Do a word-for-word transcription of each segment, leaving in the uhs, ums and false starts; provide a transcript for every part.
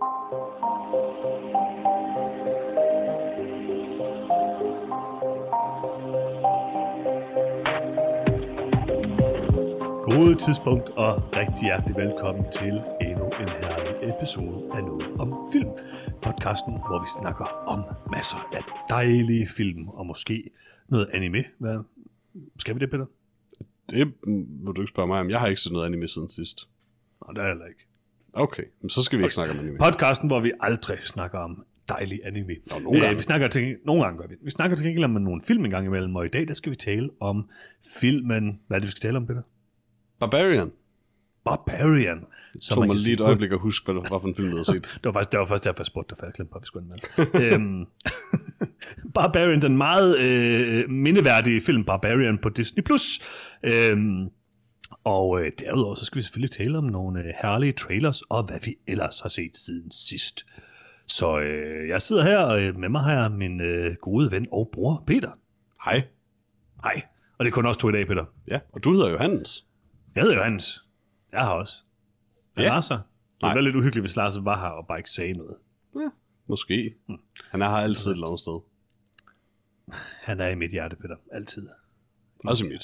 Gode tidspunkt og rigtig hjertelig velkommen til endnu en herlig episode af Noget om Film. Podcasten, hvor vi snakker om masser af dejlige film og måske noget anime. Hvad? Skal vi det, Peter? Det må du ikke spørge mig om. Jeg har ikke set noget anime siden sidst. Nå, det er heller ikke. Okay, men så skal vi ikke okay. snakke om anime. Podcasten, hvor vi aldrig snakker om dejlig anime. Nå, nogle gange. Øh, vi snakker til, nogle gange gør vi. Vi snakker til gengæld om nogle film en gang imellem, og i dag der skal vi tale om filmen. Hvad er det, vi skal tale om, Peter? Barbarian. Barbarian. Så tog mig lige et øjeblik at huske, hvad det var for en film, du havde set. det, var faktisk, det var først derfor, jeg spurgte dig, for jeg glemte på, at vi skulle med. øhm, Barbarian, den meget øh, mindeværdige film Barbarian på Disney plus. Øhm, og øh, derudover så skal vi selvfølgelig tale om nogle øh, herlige trailers, og hvad vi ellers har set siden sidst. Så øh, jeg sidder her, og øh, med mig har jeg min øh, gode ven og bror, Peter. Hej. Hej. Og det er kun os to i dag, Peter. Ja, og du hedder Johannes. Jeg hedder Johannes. Jeg har også. Men ja. Lars her? Det er lidt uhyggeligt, hvis Lars var her og bare ikke sagde noget. Ja, måske. Hmm. Han er her altid et eller andet sted. Han er i mit hjerte, Peter. Altid. Også mit.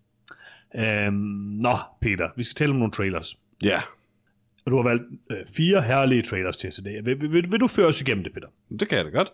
Øhm, nå, Peter. Vi skal tale om nogle trailers. Ja. Yeah. Og du har valgt øh, fire herlige trailers til i dag. Vil, vil, vil, vil du føre os igennem det, Peter? Det kan jeg da godt.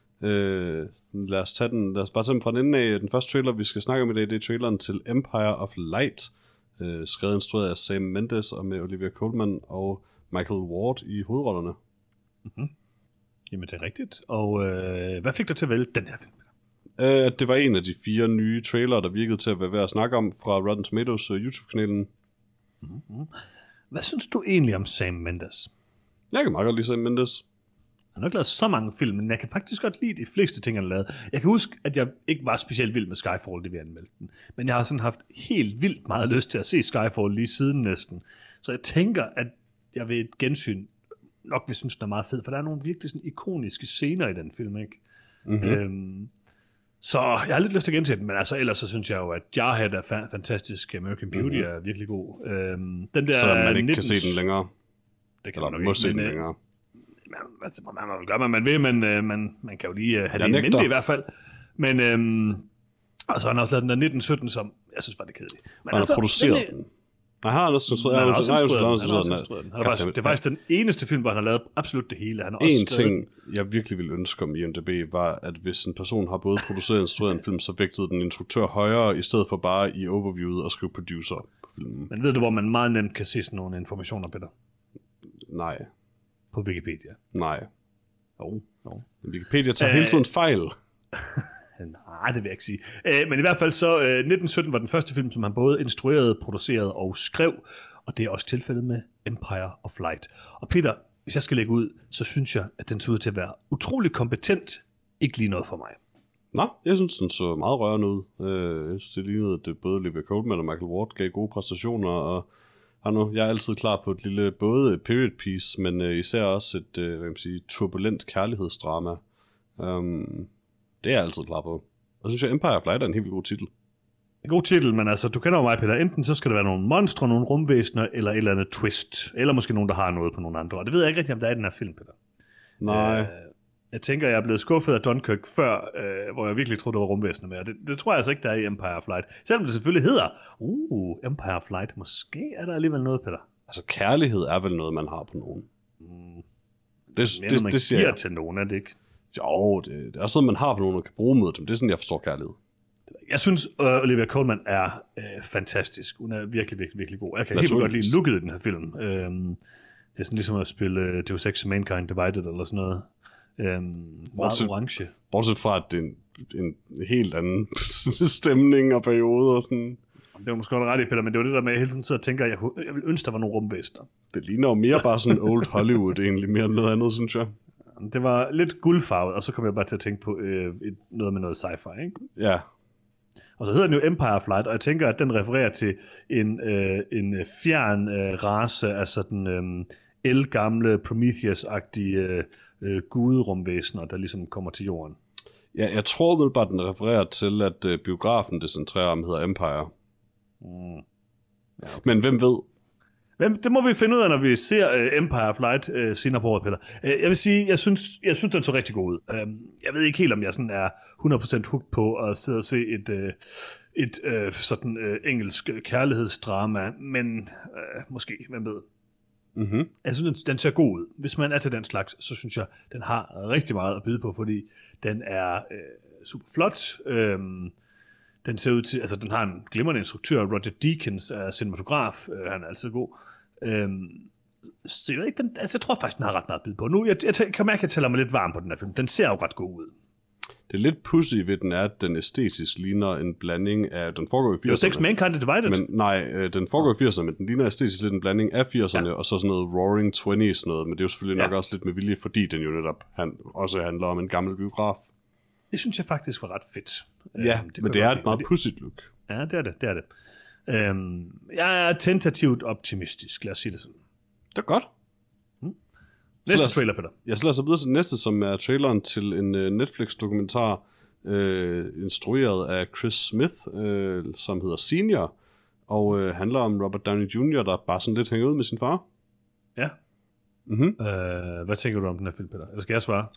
Øh, lad os tage den. Lad os bare tage den fra den ende af. Den første trailer, vi skal snakke om i dag, det er traileren til Empire of Light. Øh, skrevet og instrueret af Sam Mendes og med Olivia Colman og Michael Ward i hovedrollerne. Mm-hmm. Jamen, det er rigtigt. Og øh, hvad fik dig til at vælge den her film? Øh, det var en af de fire nye trailere, der virkede til at være værd at snakke om fra Rotten Tomatoes uh, YouTube-kanalen. Mm-hmm. Hvad synes du egentlig om Sam Mendes? Jeg kan meget godt lide Sam Mendes. Han har ikke lavet så mange film, men jeg kan faktisk godt lide de fleste ting, han har lavet. Jeg kan huske, at jeg ikke var specielt vild med Skyfall, det vi anmeldte den. Men jeg har sådan haft helt vildt meget lyst til at se Skyfall lige siden næsten. Så jeg tænker, at jeg ved et gensyn nok vil synes, den er meget fed, for der er nogle virkelig sådan ikoniske scener i den film, ikke? Mm-hmm. Øhm, så jeg har lidt lyst til at gense den, men altså ellers så synes jeg jo, at Jarhead er fa- fantastisk, American Beauty mm-hmm. er virkelig god. Øhm, den der så man ikke nitten... kan se den længere? Det kan Eller man må ikke, se den men, længere? Man, altså, man må gøre, hvad man vil, men øh, man, man kan jo lige øh, have det i mente i hvert fald. Men øhm, altså, han har også lavet den der nitten sytten, som jeg synes var det kedeligt. Men han altså, har produceret den. den. Nej, han har også instrueret den. Han har også instrueret den. Det er faktisk den eneste film, hvor han har lavet absolut det hele. Han har en også ting, jeg virkelig ville ønske om I M D B, var, at hvis en person har både produceret og instrueret en film, så vægtede den instruktør højere, i stedet for bare i overviewet at skrive producer på filmen. Men ved du, hvor man meget nemt kan se sådan nogle informationer, Peter? Nej. På Wikipedia? Nej. Jo, jo. Wikipedia tager Æh... hele tiden fejl. Nej, det vil jeg ikke sige. Æh, men i hvert fald så, øh, nitten sytten var den første film, som han både instruerede, producerede og skrev. Og det er også tilfældet med Empire of Light. Og Peter, hvis jeg skal lægge ud, så synes jeg, at den så ud til at være utrolig kompetent. Ikke lige noget for mig. Nå, jeg synes, den så meget rørende ud. Øh, jeg synes, det lignede, at det både Olivia Colman og Michael Ward gav gode præstationer, og nu, jeg er altid klar på et lille, både period piece, men øh, især også et, øh, hvad kan man sige, turbulent kærlighedsdrama. Um, det er jeg altid klar på. Og synes jeg, Empire of Light er en helt god titel. En god titel, men altså, du kender jo mig, Peter. Enten så skal der være nogle monstre, nogle rumvæsener, eller et eller andet twist. Eller måske nogen, der har noget på nogle andre. Og det ved jeg ikke rigtig, om der er i den her film, Peter. Nej. Øh, jeg tænker, jeg er blevet skuffet af Dunkirk før, øh, hvor jeg virkelig troede, der var rumvæsener med. Og det, det tror jeg altså ikke, der er i Empire of Light. Selvom det selvfølgelig hedder, uh, Empire of Light. Måske er der alligevel noget, Peter. Altså, kærlighed er vel noget, man har på nogen. Mm. Det, Men det, man det siger giver jeg. til nogen, er det ikke? Jo, det, det er sådan, man har på nogen, der kan bruge mod dem. Det er sådan, jeg forstår kærlighed. Jeg synes, uh, Olivia Colman er uh, fantastisk. Hun er virkelig, virkelig, virkelig god. Jeg kan helt godt lide looket i den her film. Um, det er sådan ligesom at spille uh, Deus Ex Mankind Divided eller sådan noget. Um, meget bortset, orange. Bortset fra, at det er en, en helt anden stemning og periode og sådan. Det var måske godt ret i, Peter, men det var det der med, at jeg hele tiden sidder og tænker, at jeg, jeg vil ønske, der var nogle rumvæsener. Det ligner jo mere så. Bare sådan old Hollywood egentlig, mere end noget andet, synes jeg. Det var lidt guldfarvet, og så kom jeg bare til at tænke på øh, et, noget med noget sci-fi, ikke? Ja. Og så hedder den jo Empire of Light, og jeg tænker, at den refererer til en, øh, en fjern øh, race af sådan øh, ældgamle Prometheus-agtige øh, øh, guderumvæsener, der ligesom kommer til jorden. Ja, jeg tror vel bare, den refererer til, at øh, biografen, det centrerer om, hedder Empire. Mm. Ja, okay. Men hvem ved? Hvem, det må vi finde ud af, når vi ser uh, Empire of Light uh, senere på året, Peter. Uh, jeg vil sige, jeg synes, jeg synes, den så rigtig god ud. Uh, jeg ved ikke helt, om jeg sådan er hundrede procent hooked på at sidde og se et, uh, et uh, sådan uh, engelsk kærlighedsdrama, men uh, måske, hvem ved. Mm-hmm. Jeg synes, den, den ser god ud. Hvis man er til den slags, så synes jeg, den har rigtig meget at byde på, fordi den er uh, super flot. Uh, Den ser ud til, altså den har en glimrende instruktør, Roger Deakins er cinematograf, øh, han er altid god. Øhm, så jeg ved ikke, den, altså jeg tror faktisk, den har ret meget at byde på. Nu, jeg, jeg, jeg kan mærke, at jeg tæller mig lidt varm på den her film. Den ser jo ret god ud. Det er lidt pussy ved den er, at den æstetisk ligner en blanding af, den foregår i firserne. Det er jo Sex Mankind Divided. Men nej, øh, den foregår i firserne, men den ligner æstetisk lidt en blanding af firserne, ja. Og så sådan noget Roaring Twenties noget, men det er jo selvfølgelig ja. nok også lidt med vilje, fordi den jo netop han, også handler om en gammel biograf. Det synes jeg faktisk var ret fedt. Ja, øhm, det men det er et meget pudsigt look. Ja, det er det, det er det. Øhm, jeg er tentativt optimistisk, lad os sige det sådan. Det er godt. Hmm. Næste os, trailer, Peter. Jeg skal lade os videre til den næste, som er traileren til en uh, Netflix-dokumentar, uh, instrueret af Chris Smith, uh, som hedder Senior, og uh, handler om Robert Downey junior, der bare sådan lidt hænger ud med sin far. Ja. Mm-hmm. Øh, hvad tænker du om den her film, Peter? Eller skal jeg svare?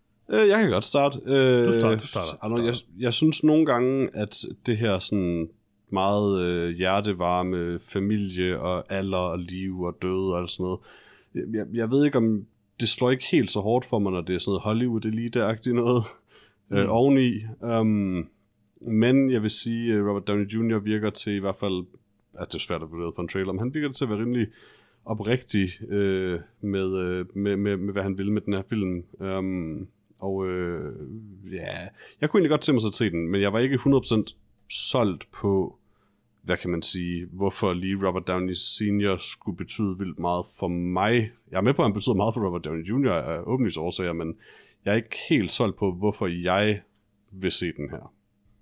Jeg kan godt starte. Du starter, du starter. Du starter. Jeg, jeg synes nogle gange, at det her sådan meget øh, hjertevarme familie og alder og liv og død og alt sådan noget. Jeg, jeg ved ikke, om det slår ikke helt så hårdt for mig, når det er sådan noget Hollywood-elite-agtigt noget mm. øh, oveni. Um, men jeg vil sige, at Robert Downey junior virker til i hvert fald, at det er svært at vurdere for en trailer, men han virker til at være rimelig oprigtig øh, med, øh, med, med, med, hvad han vil med den her film. Um, Og øh, ja, jeg kunne egentlig godt tænke mig at se den, men jeg var ikke hundrede procent solgt på, hvad kan man sige, hvorfor lige Robert Downey senior skulle betyde vildt meget for mig. Jeg er med på, at han betyder meget for Robert Downey junior af åbenlyse årsager, men jeg er ikke helt solgt på, hvorfor jeg vil se den her.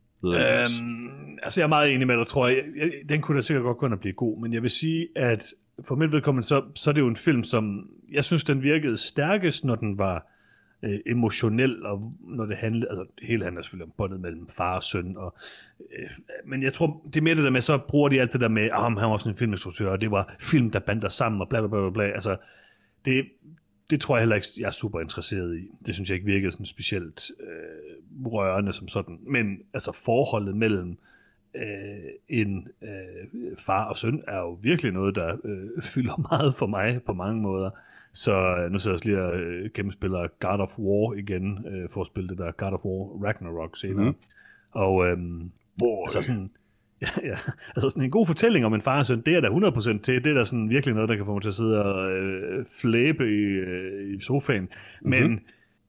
Øhm, altså jeg er meget enig med dig, tror jeg. jeg. Den kunne da sikkert godt gå ind og blive god, men jeg vil sige, at for mit vedkommende, så, så er det jo en film, som jeg synes, den virkede stærkest, når den var Øh, emotionel, og når det handler, altså det hele handler selvfølgelig om båndet mellem far og søn, og, øh, men jeg tror, det er mere det der med, så bruger de alt det der med, ah, han var sådan en filminstruktør, og det var film, der bander sammen, og bla bla bla bla, altså, det, det tror jeg heller ikke, jeg er super interesseret i. Det synes jeg ikke virkede sådan specielt øh, rørende som sådan, men altså forholdet mellem øh, en øh, far og søn er jo virkelig noget, der øh, fylder meget for mig på mange måder. Så nu sidder jeg også lige og øh, gennemspiller God of War igen, øh, for at spille det der God of War Ragnarok senere. Mm. Og øhm, altså, sådan, ja, ja, altså sådan en god fortælling om en far og søn, det er der hundrede procent til. Det er der sådan virkelig noget, der kan få mig til at sidde og øh, flæbe i, øh, i sofaen. Mm-hmm. Men,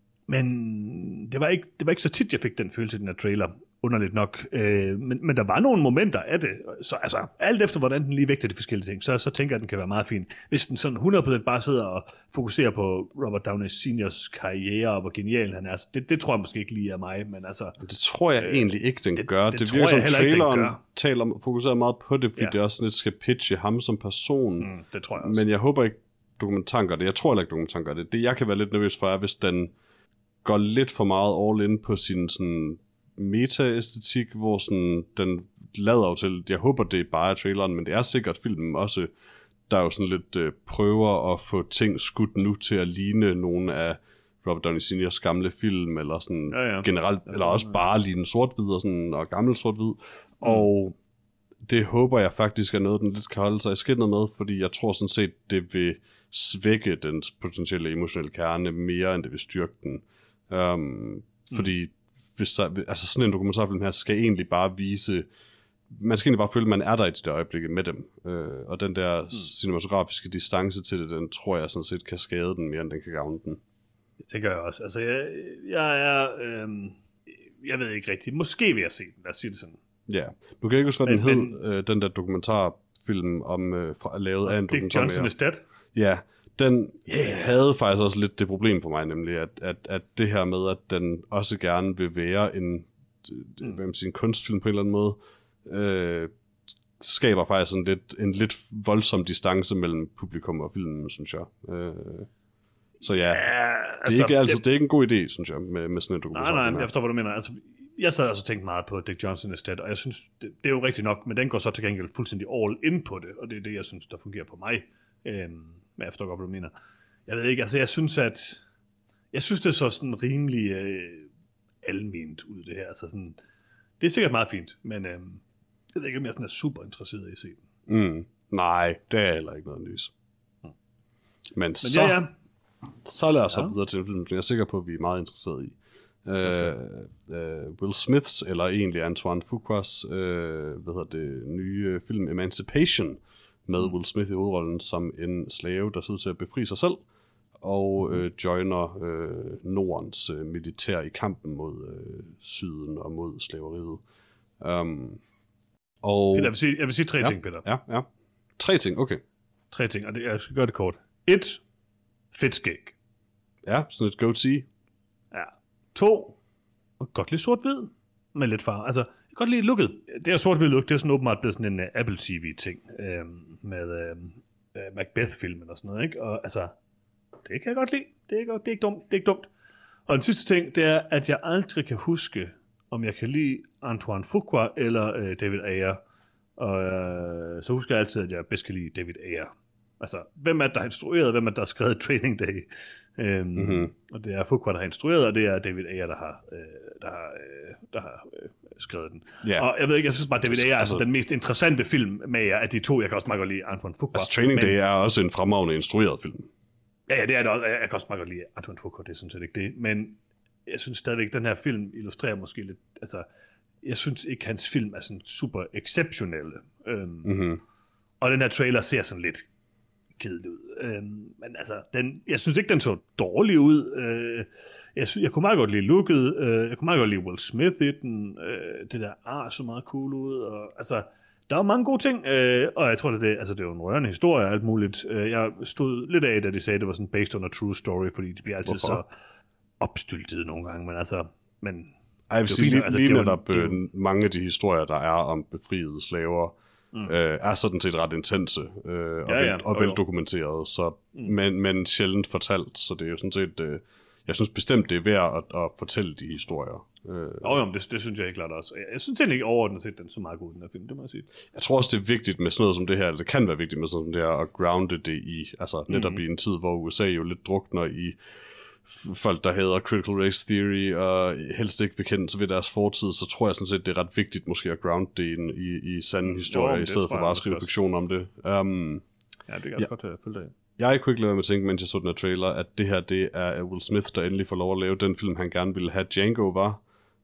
men det, var ikke, det var ikke så tit, jeg fik den følelse i den her trailer. Underligt nok. Øh, men, men der var nogle momenter af det. Så altså, alt efter, hvordan den lige vægter de forskellige ting, så, så tænker jeg, at den kan være meget fin. Hvis den sådan hundrede procent bare sidder og fokuserer på Robert Downey seniors karriere, og hvor genial han er, så det, det tror jeg måske ikke lige er mig, men altså... Det tror jeg øh, egentlig ikke, den det, gør. Det, det virker som traileren taler, fokuserer meget på det, fordi ja. det også lidt skal pitche ham som person. Mm, det tror jeg også. Men jeg håber ikke, dokumentaren gør det. Jeg tror heller ikke, dokumentaren gør det. Det, jeg kan være lidt nervøs for, er, hvis den går lidt for meget all in på sin sådan meta-æstetik, hvor sådan, den lader jo til, jeg håber det er bare traileren, men det er sikkert filmen også, der er jo sådan lidt øh, prøver at få ting skudt nu til at ligne nogle af Robert Downey seniors gamle film, eller sådan ja, ja. generelt, eller også bare ligne sort-hvid og, sådan, og gammel sort-hvid, mm. og det håber jeg faktisk er noget, den lidt kan holde sig i skinnet med, fordi jeg tror sådan set, det vil svække dens potentielle emotionelle kerne mere, end det vil styrke den. Um, fordi mm. hvis der, altså sådan en dokumentarfilm her skal egentlig bare vise, man skal egentlig bare føle, at man er der i det der øjeblik med dem. Øh, og den der mm. cinematografiske distance til det, den tror jeg sådan set kan skade den mere, end den kan gavne den. Det tænker jeg også. Altså, jeg, jeg er, øhm, jeg ved ikke rigtigt. Måske vil jeg se den, lad os sige det sådan. Ja, du kan ikke huske, hvad men, den men, hed, øh, den der dokumentarfilm, om, øh, fra, lavet af en Dick dokumentar. Johnson is Dead? Ja, den yeah. havde faktisk også lidt det problem for mig, nemlig at, at, at det her med, at den også gerne vil være en, mm. hvad man siger, en kunstfilm på en eller anden måde, øh, skaber faktisk en lidt, en lidt voldsom distance mellem publikum og filmen, synes jeg. Øh, så ja, ja det, er altså, ikke, altså, det... det er ikke en god idé, synes jeg, med, med sådan en dokumentar. Nej, nej, jeg forstår, hvad du mener. Altså, jeg sad også og tænkte meget på Dick Johnson Estate, og jeg synes, det, det er jo rigtigt nok, men den går så til gengæld fuldstændig all in på det, og det er det, jeg synes, der fungerer på mig. Øhm, men jeg forstår godt, hvad du mener. Jeg ved ikke, altså jeg synes, at jeg synes, det er så sådan rimelig øh, alment ud, det her. Altså sådan, det er sikkert meget fint, men øh, jeg ved ikke, om jeg sådan er super interesseret i at se den. Mm. Nej, det er heller ikke noget nys. Mm. Men, men så, ja, ja. så lad os ja. hoppe videre til den, jeg er sikker på, at vi er meget interesseret i. Uh, uh, Will Smiths, eller egentlig Antoine Fuquas, uh, hvad hedder det, nye film Emancipation, med mm. Will Smith i hovedrollen som en slave, der ser ud til at befri sig selv, og øh, joiner øh, Nordens øh, militær i kampen mod øh, syden og mod slaveriet. Um, og Peter, jeg vil sige, jeg vil sige tre ja, ting, Peter. Ja, ja. Tre ting, okay. Tre ting, og det, jeg skal gøre det kort. Et, fedt skæg. Ja, sådan et goatee. Ja. To, godt lidt sort-hvid, med lidt farve. Altså, jeg kan godt lide looket. Det her sort-hvid look, det er sådan åbenbart blevet sådan en uh, Apple T V-ting, øh, med øh, uh, Macbeth-filmen og sådan noget, ikke? Og altså, det kan jeg godt lide. Det er, godt, det er ikke dumt. Det er ikke dumt. Og den sidste ting, det er, at jeg aldrig kan huske, om jeg kan lide Antoine Fuqua eller øh, David Ayer. Og øh, så husker jeg altid, at jeg bedst kan lide David Ayer. Altså, hvem er det, der har instrueret, hvem er det, der har skrevet Training Day? Øhm, mm-hmm. Og det er Fuqua, der har instrueret, og det er David Ayer, der har, øh, der har, øh, der har øh, skrevet den. Yeah. Og jeg ved ikke, jeg synes bare, David Ayer er altså, den mest interessante film med jer af de to. Jeg kan også meget godt lide Antoine Fuqua. Altså, Training Day er også en fremragende instrueret film. Ja, ja, det er det også. Jeg kan også meget godt lide Antoine Fuqua, det er sådan set ikke det. Men jeg synes stadigvæk, at den her film illustrerer måske lidt, altså, jeg synes ikke, hans film er sådan super exceptionelle. Øhm, mm-hmm. Og den her trailer ser sådan lidt kedelig ud. Øhm, men altså, den, jeg synes ikke, den så dårlig ud. Øh, jeg, synes, jeg kunne meget godt lide looket. Øh, jeg kunne meget godt lide Will Smith i den. Øh, det der ar så meget cool ud. Og, altså, der er mange gode ting, øh, og jeg tror, det, altså, det er jo en rørende historie og alt muligt. Øh, jeg stod lidt af, da de sagde, at det var sådan based on a true story, fordi de bliver altid Hvorfor? så opstyltet nogle gange, men altså... Men Ej, jeg vil sige, lige, altså, lige netop det, det, mange af de historier, der er om befriede slaver, mm. øh, er sådan set ret intense øh, og, ja, ja. Vel, og veldokumenterede, så, mm. men, men sjældent fortalt, så det er jo sådan set... Øh, jeg synes bestemt, det er værd at, at fortælle de historier. Øh, jo, jo, det, det synes jeg helt klart også. Jeg, jeg synes egentlig ikke overordnet set, den er så meget god, den her film, det må jeg sige. Jeg tror også, det er vigtigt med sådan noget som det her, det kan være vigtigt med sådan noget som det her, at grounde det i, altså netop mm. i en tid, hvor U S A jo lidt drukner i folk, der hader critical race theory, og helst ikke vil kende sig ved deres fortid, så tror jeg sådan set, det er ret vigtigt måske at ground det i, i, i sande historier, jo, i stedet for bare at skrive fiktion om det. Um, ja, det kan jeg ja. godt uh, følge af. Jeg kunne ikke lade være med at tænke, mens jeg så den her trailer, at det her, det er Will Smith, der endelig får lov at lave den film, han gerne ville have. Django var.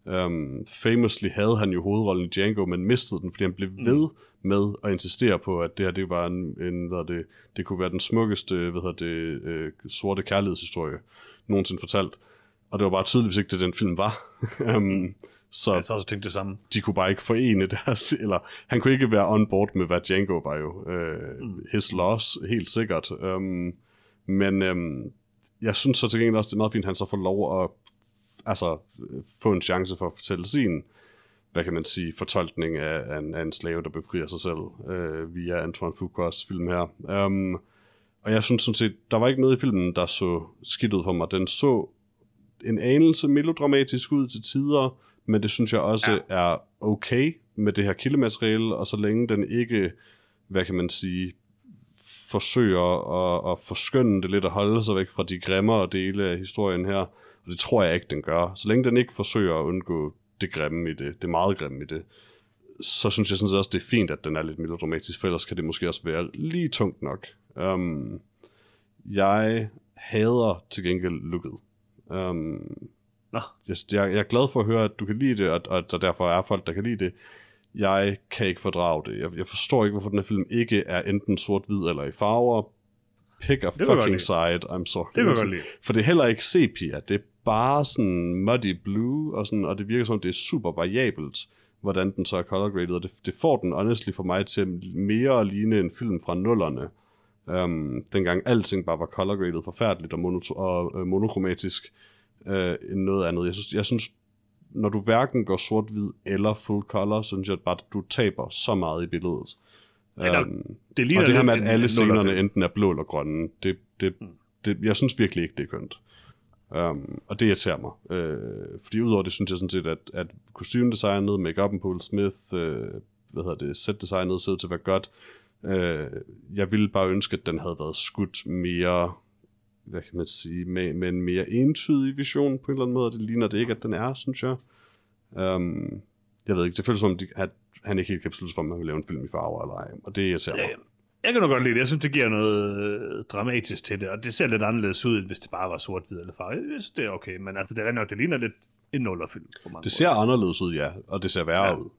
Um, famously havde han jo hovedrollen i Django, men mistede den, fordi han blev mm. ved med at insistere på, at det her, det var en, en hvad det, det kunne være den smukkeste, hvad hedder det, øh, sorte kærlighedshistorie nogensinde fortalt. Og det var bare tydeligvis ikke, det den film var. um, så jeg så også tænkt det samme. De kunne bare ikke forene deres, eller han kunne ikke være on board med, hvad Django var jo. Uh, mm. His loss, helt sikkert. Um, men um, jeg synes så til gengæld også, det er meget fint, at han så får lov at altså, få en chance for at fortælle sin, hvad kan man sige, fortolkning af, af, en, af en slave, der befrier sig selv uh, via Antoine Fuquas film her. Um, og jeg synes sådan set, der var ikke noget i filmen, der så skidt ud for mig. Den så en anelse melodramatisk ud til tider, men det synes jeg også ja. er okay med det her kildemateriale, og så længe den ikke, hvad kan man sige, forsøger at, at forskønne det lidt og holde sig væk fra de grimmere dele af historien her, og det tror jeg ikke, den gør. Så længe den ikke forsøger at undgå det grimme i det, det meget grimme i det, så synes jeg sådan set også, det er fint, at den er lidt melodramatisk, for ellers kan det måske også være lige tungt nok. Um, jeg hader til gengæld looket. Um, Nå. Jeg, jeg er glad for at høre, at du kan lide det, og, og der derfor er folk, der kan lide det. Jeg kan ikke fordrage det. Jeg, jeg forstår ikke, hvorfor den her film ikke er enten sort-hvid eller i farver. Pick a fucking side, I'm sorry. Det vil jeg godt lide. For det er heller ikke sepia, det er bare sådan muddy blue, og, sådan, og det virker som, det er super variabelt, hvordan den så er color graded, og det, det får den honestly for mig til mere at ligne en film fra nullerne. Um, dengang alting bare var color graded forfærdeligt og, mono- og øh, monokromatisk øh, end noget andet. Jeg synes, jeg synes, når du hverken går sort-hvid eller full color, så synes jeg bare, at du taber så meget i billedet. Ja, um, det og det her med, at alle scenerne enten er blå eller grønne, det, det, det, jeg synes virkelig ikke, det er kønt. Um, og det irriterer mig. Uh, fordi udover det, synes jeg sådan set, at, at kostymedesignet, make-up'en på Will Smith, uh, hvad hedder det, set-designet ser ud til at være godt. Uh, jeg ville bare ønske, at den havde været skudt mere, hvad kan man sige, med, med en mere entydig vision på en eller anden måde. Det ligner det ikke, at den er, synes jeg. Um, jeg ved ikke, det føles som om, de, at han ikke helt kan beslutte sig for, om man vil lave en film i farver eller ej. Og det irriterer mig. Ja, jeg kan nok godt lide det. Jeg synes, det giver noget øh, dramatisk til det, og det ser lidt anderledes ud, hvis det bare var sort-hvid eller farve. Jeg synes, det er okay, men altså, det er nok, det ligner lidt en nullerfilm. På mange det ser måder. Anderledes ud, ja, og det ser værre ja. ud.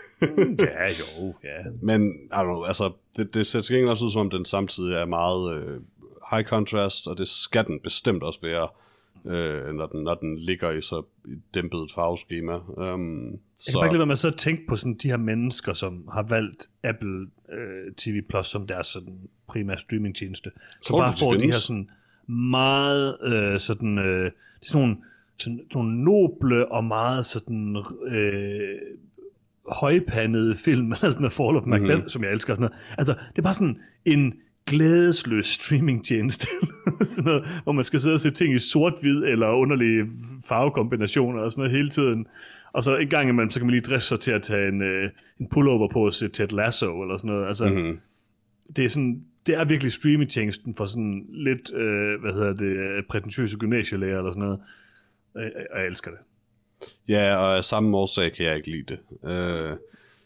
ja, jo, ja. Men, I don't know, altså, det, det ser til gengæld også ud, som om den samtidig er meget øh, high contrast, og det skal den bestemt også være, øh, når, den, når den ligger i så dæmpet et farveskema. Um, jeg så... kan bare ikke lade være med så at tænke på sådan de her mennesker, som har valgt Apple øh, T V Plus som deres sådan primære streamingtjeneste. Så Tror bare du, får de de her sådan meget øh, sådan, øh, det er sådan nogle, sådan, sådan nogle noble og meget sådan øh, højpandede film, eller sådan noget Fall of Macbeth, mm-hmm. som jeg elsker. Sådan noget. Altså, det er bare sådan en glædesløs streamingtjeneste, sådan noget, hvor man skal sidde og se ting i sort-hvid eller underlige farvekombinationer og sådan noget hele tiden. Og så en gang imellem, så kan man lige dresse sig til at tage en, øh, en pullover på og se Ted Lasso eller sådan noget. Altså, mm-hmm. det er sådan, det er virkelig streamingtjenesten for sådan lidt, øh, hvad hedder det, prætentiøse gymnasielærer eller sådan noget. Og jeg, jeg elsker det. Ja, og af samme årsag kan jeg ikke lide det. Øh,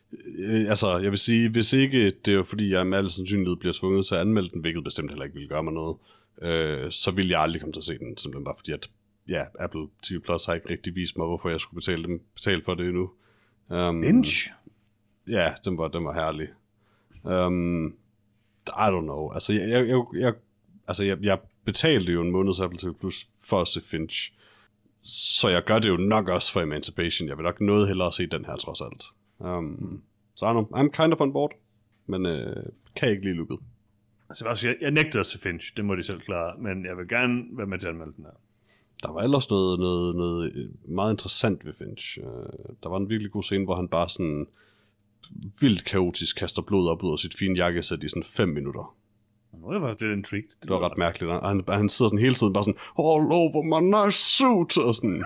altså, jeg vil sige, hvis ikke det er jo fordi, jeg med al sandsynlighed bliver tvunget til at anmelde den, hvilket bestemt heller ikke ville gøre mig noget, øh, så vil jeg aldrig komme til at se den, simpelthen bare fordi, at ja, Apple T V Plus har ikke rigtig vist mig, hvorfor jeg skulle betale, dem, betale for det endnu. Um, Inch? Ja, den var, den var herlig. Um, I don't know. Altså, jeg, jeg, jeg, jeg, altså jeg, jeg betalte jo en måneds Apple T V Plus for at se Finch. Så jeg gør det jo nok også for Emancipation. Jeg vil nok noget hellere se den her, trods alt. Um, så I don't know, I'm kind of on board, men øh, kan ikke lige lukket. Altså, jeg, jeg nægtede at se Finch, det må de selv klare, men jeg vil gerne være med til at anmelde den her. Der var ellers noget, noget, noget meget interessant ved Finch. Uh, der var en virkelig god scene, hvor han bare sådan vildt kaotisk kaster blod op ud af sit fine jakkesæt i sådan fem minutter. Nu er jeg faktisk lidt intrigued. Det, det var ret ret mærkeligt. Han, han sidder sådan hele tiden bare sådan, all over my nice suit, og sådan.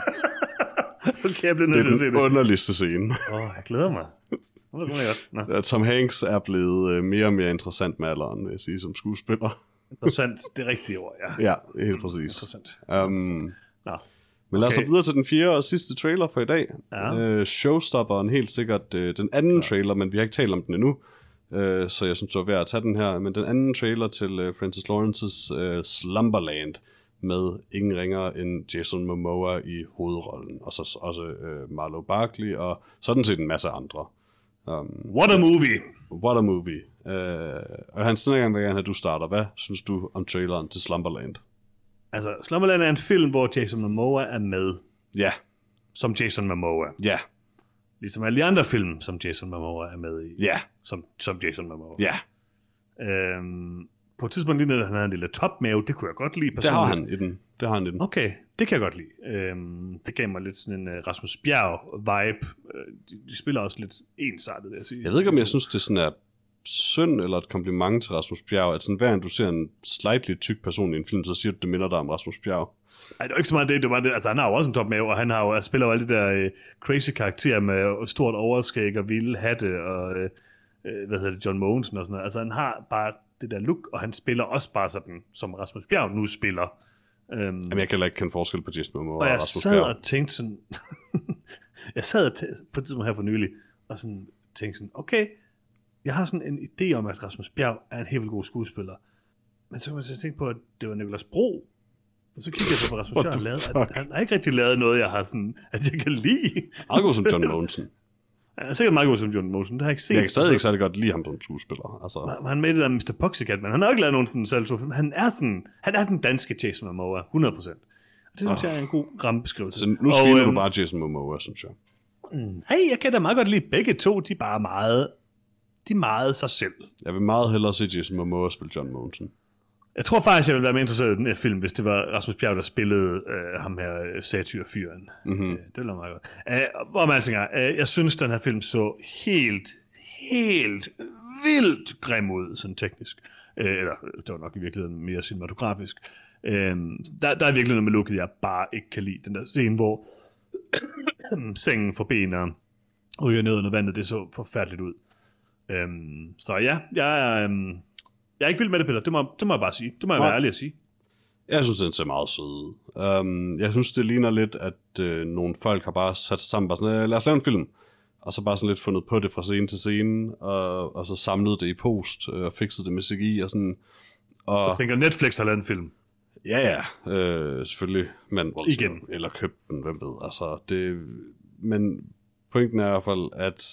Okay, jeg bliver nødt til at se det. Det er den underligste scene. Åh, oh, jeg glæder mig. Det er godt. Tom Hanks er blevet mere og mere interessant med alderen, vil jeg sige, som skuespiller. Interessant, det rigtige ord, ja. Ja, helt præcis. Interessant. Um, Nå. Men lad os okay. så videre til den fjerde og sidste trailer for i dag. Ja. Uh, Showstopperen, helt sikkert uh, den anden ja. trailer, men vi har ikke talt om den endnu. Uh, så jeg synes, det var værd at tage den her. Men den anden trailer til uh, Francis Lawrences uh, Slumberland, med ingen ringere end Jason Momoa i hovedrollen. Og så også uh, Marlo Barkley, og sådan set en masse andre. Um, What a movie! What a movie. Uh, og Hans, denne gang vil jeg gerne have, at du starter. Hvad synes du om traileren til Slumberland? Altså, Slumberland er en film, hvor Jason Momoa er med. Ja. Som Jason Momoa. Ja. Ligesom alle de andre film, som Jason Momoa er med i. Ja. Som, som Jason Momoa. Ja. Øhm, på et tidspunkt lignede, at han havde en lille topmave. Det kunne jeg godt lide personligt. Det har han i den. Det har han i den. Okay, det kan jeg godt lide. Øhm, det gav mig lidt sådan en uh, Rasmus Bjerg-vibe. Uh, de, de spiller også lidt ensartet, vil jeg sige. Jeg ved ikke, om jeg synes, det sådan er synd eller et kompliment til Rasmus Bjerg, at sådan hver gang du ser en slightly tyk person i en film, så siger du, det minder dig om Rasmus Bjerg. Ej, det er ikke så meget det. det, var det. Altså, han har jo også en topmave, og han har jo, altså, spiller jo alle de der uh, crazy karakterer med stort overskæg og vilde hatte, og uh, uh, hvad hedder det, John Mogensen og sådan noget. Altså, han har bare det der look, og han spiller også bare sådan, som Rasmus Bjerg nu spiller. Um, Jamen, jeg kan heller ikke kende forskel på Jason Momoa og, og jeg Rasmus sad Bjerg. og tænkte sådan, jeg sad og t- på et tidspunkt her for nylig, og sådan tænkte sådan, okay, jeg har sådan en idé om, at Rasmus Bjerg er en helt vildt god skuespiller. Men så kan man så tænke på, at det var Nicolas Bro. Og så kigger jeg på, hvad Rasmus Bjerg har lavet. At han har ikke rigtig lavet noget, jeg har sådan, at jeg kan lide. Meget god som John Mogensen. Han er sikkert meget god som John Mogensen, det har jeg ikke set. Jeg kan stadig ikke særlig godt lide ham som skuespiller. Altså. Han med det der mister Poxycat, men han har ikke lavet nogen sådan salgsfilm. Han er sådan, han er den danske Jason Momoa, hundrede procent. Og det synes oh. jeg er en god rammebeskrivelse. Så nu sviner øhm, du bare Jason Momoa, synes jeg. Hey, jeg kan da meget godt lide begge to. De er bare meget, de er meget sig selv. Jeg vil meget hellere se Jason Momoa spille John Mogensen. Jeg tror faktisk, jeg ville være mere interesseret i den her film, hvis det var Rasmus Bjerg, der spillede øh, ham her satyrfyren. Mm-hmm. Øh, det ville være meget godt. Øh, hvor man tænker, øh, jeg synes, den her film så helt, helt vildt grim ud, sådan teknisk. Øh, eller det var nok i virkeligheden mere cinematografisk. Øhm, der, der er virkelig noget med looket, jeg bare ikke kan lide. Den der scene, hvor sengen får ben og ryger ned under vandet, det så forfærdeligt ud. Øhm, så ja, jeg er, øhm, jeg er ikke vild med det, Peter. Det må, det må jeg bare sige. Det må jeg være ærlig at sige. Jeg synes, den ser meget sød ud. Um, jeg synes, det ligner lidt, at øh, nogle folk har bare sat sig sammen, bare sådan, lad os lave en film. Og så bare sådan lidt fundet på det fra scene til scene, og, og så samlet det i post, øh, og fikset det med C G I og sådan. Og jeg tænker, Netflix har lavet en film. Ja, ja, øh, selvfølgelig. Men igen. Eller købt den, hvem ved. Altså, det, men pointen er i hvert fald, at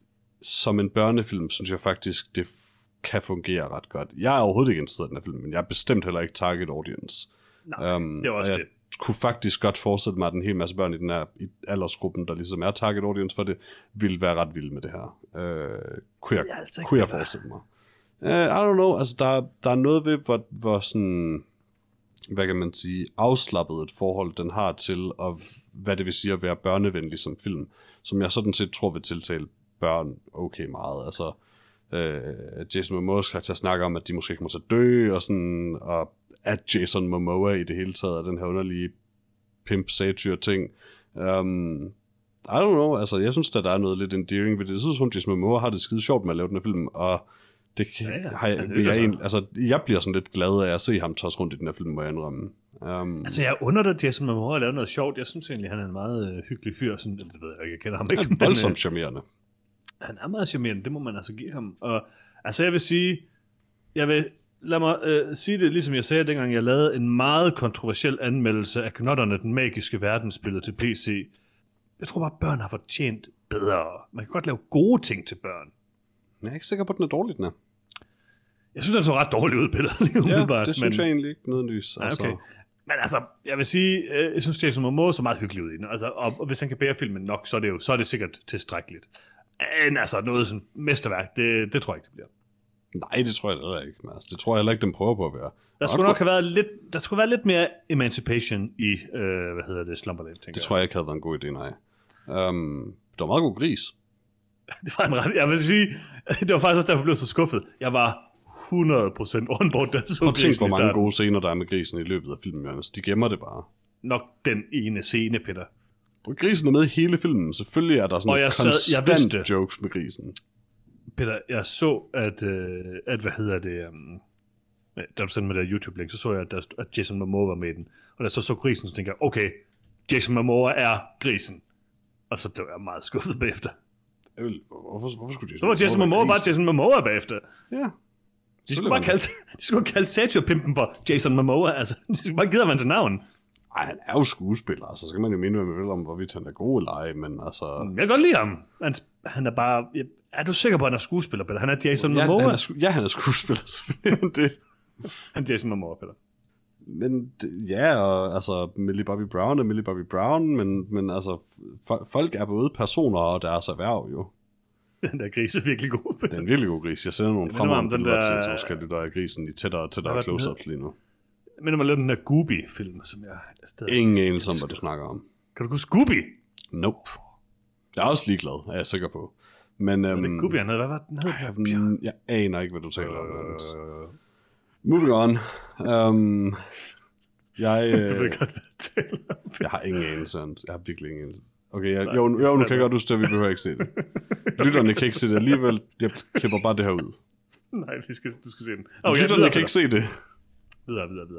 som en børnefilm, synes jeg faktisk, det kan fungere ret godt. Jeg er overhovedet ikke interesseret i den her film, men jeg er bestemt heller ikke target audience. Nej, um, det er også jeg det. Kunne faktisk godt forestille mig, at en hel masse børn i den her i aldersgruppen, der ligesom er target audience for det, ville være ret vilde med det her. Uh, kunne jeg, det altså kunne jeg forestille mig. Uh, I don't know, altså der, der er noget ved, hvor, hvor sådan, hvad kan man sige, afslappet et forhold, den har til, og hvad det vil sige at være børnevenlig som film, som jeg sådan set tror vil tiltale børn okay meget. Altså, uh, Jason Momoa's karakter snakker om, at de måske kommer til at dø, og sådan, og at Jason Momoa i det hele taget er den her underlige pimp-satyr-ting. Um, I don't know, altså jeg synes, at der er noget lidt endearing ved det. Jeg synes, at Jason Momoa har det skide sjovt med at lave den her film, og det ja, ja. Har jeg, ja, jeg, en, altså, jeg bliver sådan lidt glad af at se ham tosse rundt i den her film, må jeg indrømme. Um, altså jeg under dig, Jason Momoa har lavet noget sjovt. Jeg synes egentlig, han er en meget øh, hyggelig fyr. Sådan, det ved jeg ikke, jeg kender ham ikke. Han er voldsomt charmerende. Han er meget charmerende, det må man altså give ham. Og altså jeg vil sige, jeg vil lad mig øh, sige det, ligesom jeg sagde, dengang jeg lavede en meget kontroversiel anmeldelse af Knotterne, den magiske verdensspillet til P C. Jeg tror bare, at børn har fortjent bedre. Man kan godt lave gode ting til børn. Jeg er ikke sikker på, at den er dårlig, den er. Jeg synes, den så ret dårlig ud, Peter. Ja, det synes men... jeg egentlig ikke nødvendigvis. Altså. Okay. Men altså, jeg vil sige, øh, jeg synes, Jason Momoa så meget hyggelig ud i den. Altså, og, og hvis han kan bære filmen nok, så er det jo så er det sikkert tilstrækkeligt. Men altså, noget sådan mesterværk, det, det tror jeg ikke, det bliver. Nej, det tror jeg heller ikke. Men altså, det tror jeg heller ikke, den prøver på at være. Der skulle nok have været lidt, der skulle være lidt mere emancipation i, øh, hvad hedder det, Slumberland, tænker jeg. Det tror jeg ikke havde været en god idé, nej. Um, det var meget god gris. Det var en ret, jeg vil sige, det var faktisk også derfor, jeg blev så skuffet. Jeg var hundrede procent on board, da jeg så grisen i starten. Hvor mange gode scener, der er med grisen i løbet af filmen, Jørgens. De gemmer det bare. Nok den ene scene, Peter. Grisen er med i hele filmen. Selvfølgelig er der sådan nogle konstant sad, jokes med grisen. Peter, jeg så, at, øh, at hvad hedder det, um, da du sendte mig der YouTube-link, så så jeg, at, der, at Jason Momoa var med i den. Og da jeg så så grisen, så tænkte jeg, okay, Jason Momoa er grisen. Og så blev jeg meget skuffet bagefter. Vil, hvorfor, hvorfor skulle Jason Så var Jason Momoa bare Jason Momoa bagefter. Ja. De skulle bare kalde, de skulle kalde satyrpimpen for Jason Momoa, altså. De skulle bare give ham til navn. Ej, han er jo skuespiller, altså. Så skal man jo mene, hvad man vil om, hvorvidt han er god eller ej, men altså... Jeg kan godt lide ham. Han, han er bare... Jeg, er du sikker på, at han er skuespiller, Peter? Han er Jason ja, Momoa? Han er, ja, han er skuespiller, selvfølgelig. det. Han er Jason Momoa, Peter. Men det, ja, og altså, Millie Bobby Brown er Millie Bobby Brown, men, men altså, folk er både personer og deres erhverv, jo. Den der gris er virkelig god. Det er en virkelig god gris. Jeg sender nogle fremragende billeder der... til, så skal det der af grisen i tættere og tættere close-ups lige nu. Men det var lidt den der Gooby-film, som jeg... Stadig... Ingen anelse om, hvad du snakker om. Kan du huske Gooby? Nope. Jeg er også ligeglad, er jeg sikker på. Men, var um, det Gooby, han hed? Hvad var den hed? Jeg aner ikke, hvad du taler om. Uh... Moving on. Um, jeg, uh... du ved godt, hvad jeg taler om. Jeg har ingen anelse, jeg har virkelig ingen anelse. Okay, jeg, jo, jo, nu kan jeg godt huske det, vi behøver ikke se det. Lytterne kan ikke se det alligevel. Jeg klipper bare det her ud. Nej, vi skal, du skal se den. Okay, Lytterne videre, kan ikke se det. Videre, videre,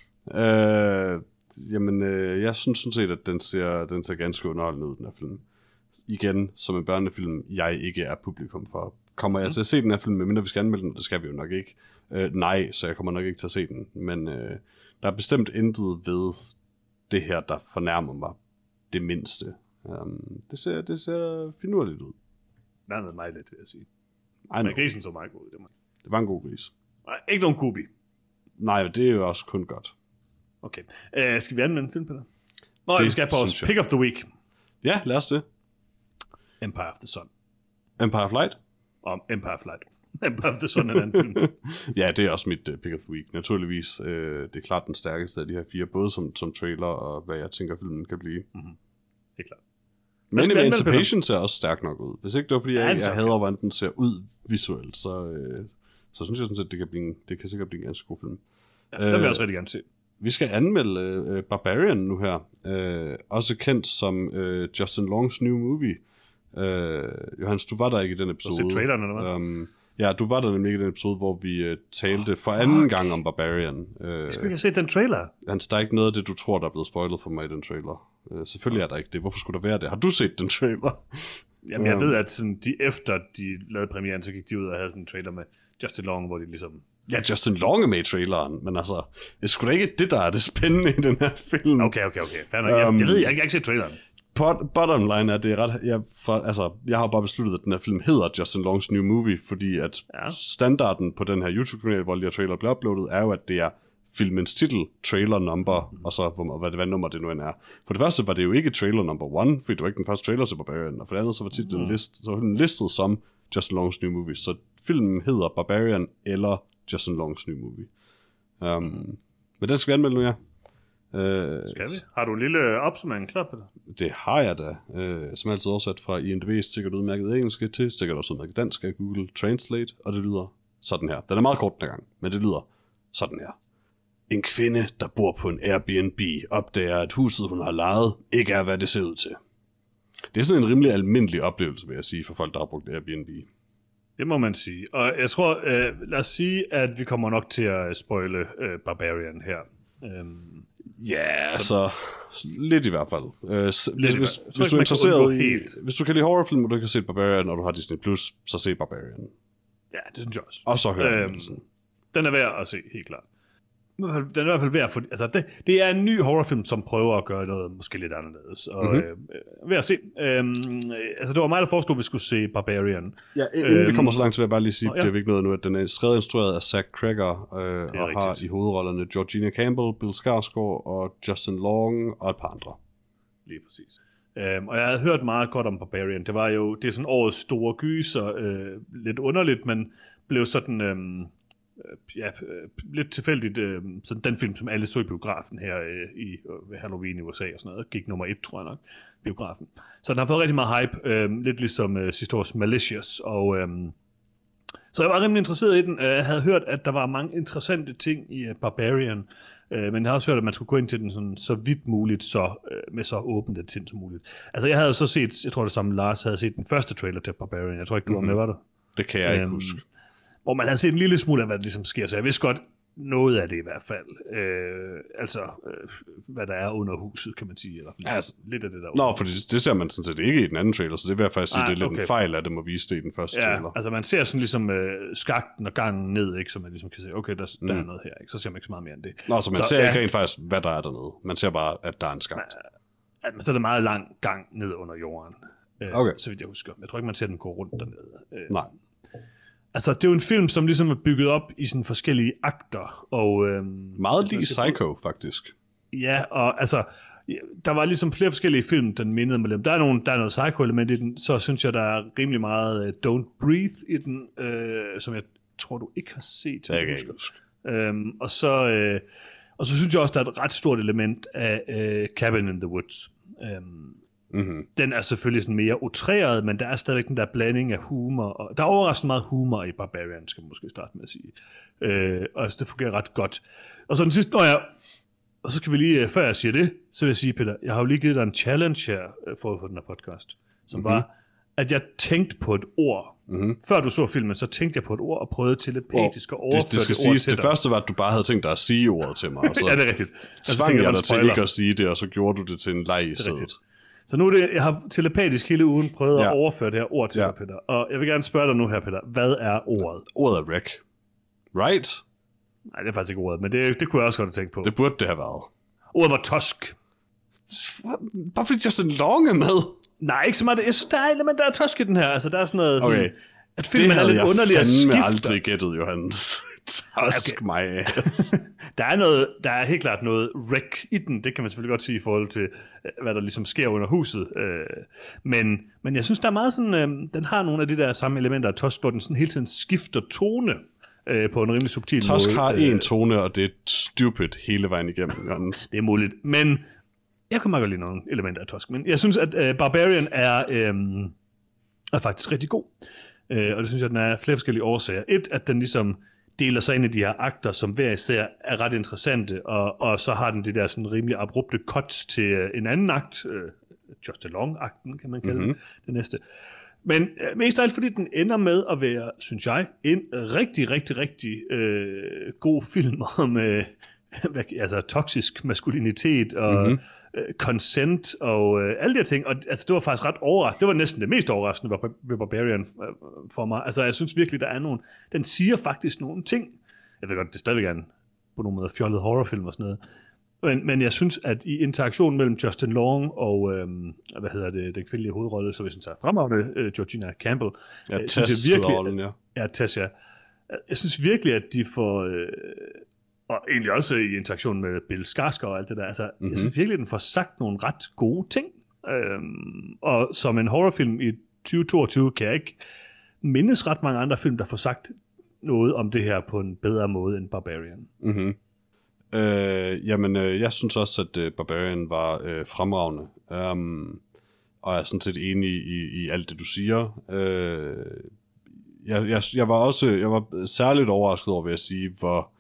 videre. Øh, jamen, øh, jeg synes sådan set, at den ser, den ser ganske underholdende ud, den her film. Igen, som en børnefilm, jeg ikke er publikum for. Kommer jeg til at se den her film, medmindre vi skal anmelde den? Det skal vi jo nok ikke. Øh, nej, så jeg kommer nok ikke til at se den. Men øh, der er bestemt intet ved det her, der fornærmer mig det mindste. Um, det, ser, det ser finurligt ud. Det er mig lidt, vil jeg sige. Men grisen så meget god ud. Det, det var en god gris. Nej, ikke nogen Gooby. Nej, det er jo også kun godt. Okay. Uh, skal vi anmelde en film, Peter? Nå, det vi skal på os. Pick of the Week. Ja, lad os det. Empire of the Sun. Empire of Light? Om Empire of Light. Empire of the Sun er en anden film. Ja, det er også mit uh, Pick of the Week. Naturligvis. Uh, det er klart den stærkeste af de her fire, både som, som trailer og hvad jeg tænker, filmen kan blive. Mm-hmm. Det er klart. Men Emancipation ser også stærk nok ud. Hvis ikke det var, fordi jeg, jeg hader, hvordan den ser ud visuelt, så, øh, så synes jeg sådan set, det kan, blive en, det kan sikkert blive en ganske god film. Ja, den vil jeg også rigtig gerne se. Vi skal anmelde uh, Barbarian nu her. Uh, også kendt som uh, Justin Longs new movie. Uh, Johannes, du var der ikke i den episode. Du har set traileren, eller hvad? Um, ja, du var der nemlig ikke i den episode, hvor vi uh, talte oh, for anden gang om Barbarian. Uh, jeg skulle ikke have set den trailer. Hans, der er ikke noget af det, du tror, der er blevet spoilet for mig i den trailer. Uh, selvfølgelig er der ikke det. Hvorfor skulle der være det? Har du set den trailer? Jamen, jeg ved, at sådan, de, efter de lavede premieren, så gik de ud og havde sådan en trailer med Justin Long, hvor de ligesom... Ja, Justin Long er med i traileren, men altså, det er sgu da ikke det, der er det spændende i den her film. Okay, okay, okay. Fair nok. Um, jeg, jeg ved, jeg, jeg har ikke set traileren. Bottom line er, det er ret... Jeg, for, altså, jeg har bare besluttet, at den her film hedder Justin Longs New Movie, fordi at ja. standarden på den her YouTube-kanal, hvor de her trailer bliver uploadet, er jo, at det er filmens titel, trailer number, mm. og så hvor, hvad, hvad nummer det nu end er. For det første var det jo ikke trailer number one, fordi det var ikke den første trailer til Barbarian, og for det andet så var titlen mm. list, så var den listet som Justin Longs New Movie, så filmen hedder Barbarian eller Justin Longs New Movie. Um, mm. Men den skal vi anmelde nu, ja. Uh, skal vi? Har du en lille opsummering klar på det? Det har jeg da. Uh, som altid oversat fra I M D B's sikkert udmærket engelsk til sikkert også udmærket dansk af Google Translate, og det lyder sådan her. Den er meget kort den gang, men det lyder sådan her. En kvinde, der bor på en Airbnb, opdager, at huset, hun har lejet, ikke er, hvad det ser ud til. Det er sådan en rimelig almindelig oplevelse, vil jeg sige, for folk, der har brugt Airbnb. Det må man sige. Og jeg tror, øh, lad os sige, at vi kommer nok til at spoile øh, Barbarian her. Øhm, ja, altså lidt i hvert fald. Øh, hvis, hvis, hvis, hvis du er interesseret i, helt. Hvis du kan lide horrorfilm, og du kan se Barbarian, og du har Disney Plus, så se Barbarian. Ja, det synes jeg også. Og så hør øhm, den. Den er værd at se, helt klart. Den er i hvert fald værd at få, altså det, det er en ny horrorfilm, som prøver at gøre noget måske lidt anderledes. Og mm-hmm. øh, værd at se. Øhm, altså det var mig, der foreslog, at vi skulle se Barbarian. Ja, inden øhm, vi kommer så langt til, vil jeg bare lige sige, ja. Det er ikke noget nu, at den er skrevet og instrueret af Zach Cregger, øh, og rigtigt. Har i hovedrollerne Georgina Campbell, Bill Skarsgård og Justin Long og et par andre. Lige præcis. Øhm, og jeg havde hørt meget godt om Barbarian. Det var jo, det er sådan årets store gyser, øh, lidt underligt, men blev sådan... Øh, ja, lidt tilfældigt, øh, sådan den film, som alle så i biografen her øh, i øh, Halloween i U S A og sådan noget, gik nummer et, tror jeg nok, biografen. Så den har fået rigtig meget hype, øh, lidt ligesom øh, sidste års Malicious, og øh, så jeg var rimelig interesseret i den. Jeg havde hørt, at der var mange interessante ting i uh, Barbarian, øh, men jeg har også hørt, at man skulle gå ind til den sådan, så vidt muligt, så, øh, med så åbent et sind som muligt. Altså jeg havde så set, jeg tror det samme Lars havde set den første trailer til Barbarian, jeg tror ikke, du mm-hmm. var med, var der? Det kan jeg ikke øhm, huske. Hvor man havde set en lille smule af, hvad der ligesom sker, så jeg vidste godt noget af det i hvert fald. Øh, altså, øh, hvad der er under huset, kan man sige. Eller ja, altså, lidt af det der. Nå, for det, det ser man sådan set ikke i den anden trailer, så det vil jeg faktisk sige, det er lidt okay. En fejl af det, må vise det i den første ja, trailer. Altså, man ser sådan ligesom øh, skakten og gangen ned, ikke, så man ligesom kan se, okay, der, mm. der er noget her, ikke? Så ser man ikke så meget mere end det. Nå, så man så, ser ja. ikke rent faktisk, hvad der er dernede. Man ser bare, at der er en skakt. Ja, men så er der meget lang gang ned under jorden, øh, okay. så vidt jeg husker. Jeg tror ikke, man ser den gå rundt dernede. Øh, Nej. Altså, det er jo en film, som ligesom er bygget op i sådan forskellige akter. Og, øhm, meget lige Psycho, faktisk. Ja, og altså, der var ligesom flere forskellige film, den mindede mig lidt. Der er, nogle, der er noget Psycho-element i den, så synes jeg, der er rimelig meget uh, Don't Breathe i den, øh, som jeg tror, du ikke har set. Det kan jeg ikke huske. Øhm, og, så, øh, og så synes jeg også, der er et ret stort element af øh, Cabin in the Woods. Øhm, Mm-hmm. Den er selvfølgelig sådan mere outreret, men der er stadigvæk den der blanding af humor, og der er overraskende meget humor i Barbarian, skal man måske starte med at sige. Øh, og altså, det fungerer ret godt. Og så den sidste, når jeg, og så skal vi lige, før jeg siger det, så vil jeg sige, Peter, jeg har jo lige givet dig en challenge her, for, for den her podcast, som mm-hmm. var, at jeg tænkte på et ord. Mm-hmm. Før du så filmen, så tænkte jeg på et ord, og prøvede telepatisk at overføre det, det, skal det ord siges, til det dig. Første var, at du bare havde tænkt dig at sige ordet til mig, og så ja, det er rigtigt. tvang jeg dig til ikke at sige det, og så gjorde du det til en leg i stedet. Så nu er det, jeg har telepatisk hele ugen prøvet ja. at overføre det her ord til ja. dig, Peter. Og jeg vil gerne spørge dig nu her, Peter. Hvad er ordet? Ordet er wreck. Right? Nej, det er faktisk ikke ordet, men det, det kunne jeg også godt have tænkt på. Det burde det have været. Ordet var tosk. Bare fordi Justin Long er med? Nej, ikke så meget. Jeg synes, der er elementer af tosk i den her. Altså, der er sådan noget sådan, okay. at filmen er lidt underlig at skifte. Det havde jeg aldrig gættet, Johannes. Tosk mig ass. der, er noget, der er helt klart noget wreck i den. Det kan man selvfølgelig godt sige i forhold til, hvad der ligesom sker under huset. Men, men jeg synes, der er meget sådan, den har nogle af de der samme elementer af tosk, hvor den sådan hele tiden skifter tone på en rimelig subtil måde. Tosk har en tone, og det er stupid hele vejen igennem. Det er muligt. Men jeg kan meget godt lide nogle elementer af tosk. Men jeg synes, at Barbarian er, øh, er faktisk rigtig god. Øh, og det synes jeg, den er flere forskellige årsager. Et, at den ligesom deler sig ind i de her akter, som hver især er ret interessante, og, og så har den det der sådan rimelig abrupte cuts til en anden akt, øh, Just Along-akten, kan man kalde mm-hmm. det, det næste. Men øh, mest af alt, fordi den ender med at være, synes jeg, en rigtig, rigtig, rigtig øh, god film om øh, altså toksisk maskulinitet og mm-hmm. øh, consent og øh, alle de her ting. Og altså, det var faktisk ret overraskende. Det var næsten det mest overraskende ved Barbarian for mig. Altså, jeg synes virkelig, der er nogen... Den siger faktisk nogle ting. Jeg ved godt, det er stadigvæk en på nogle måder fjollet horrorfilm og sådan noget. Men, men jeg synes, at i interaktionen mellem Justin Long og, øhm, hvad hedder det, den kvindelige hovedrolle, så vi synes er fremragende, øh, Georgina Campbell. Ja, øh, Tess rollen, ja. Ja, Tess, ja. Jeg synes virkelig, at de får, øh, og egentlig også i interaktionen med Bill Skarsgård og alt det der, altså, mm-hmm. jeg synes virkelig, at den får sagt nogle ret gode ting. Øhm, og som en horrorfilm i tyve toogtyve kan jeg ikke mindes ret mange andre film, der får sagt noget om det her på en bedre måde end Barbarian. Mhm. Øh, jamen, øh, jeg synes også, at øh, Barbarian var øh, fremragende, um, og jeg er sådan set enig i, i alt det, du siger. Øh, jeg, jeg, jeg var også jeg var særligt overrasket over, vil jeg sige, hvor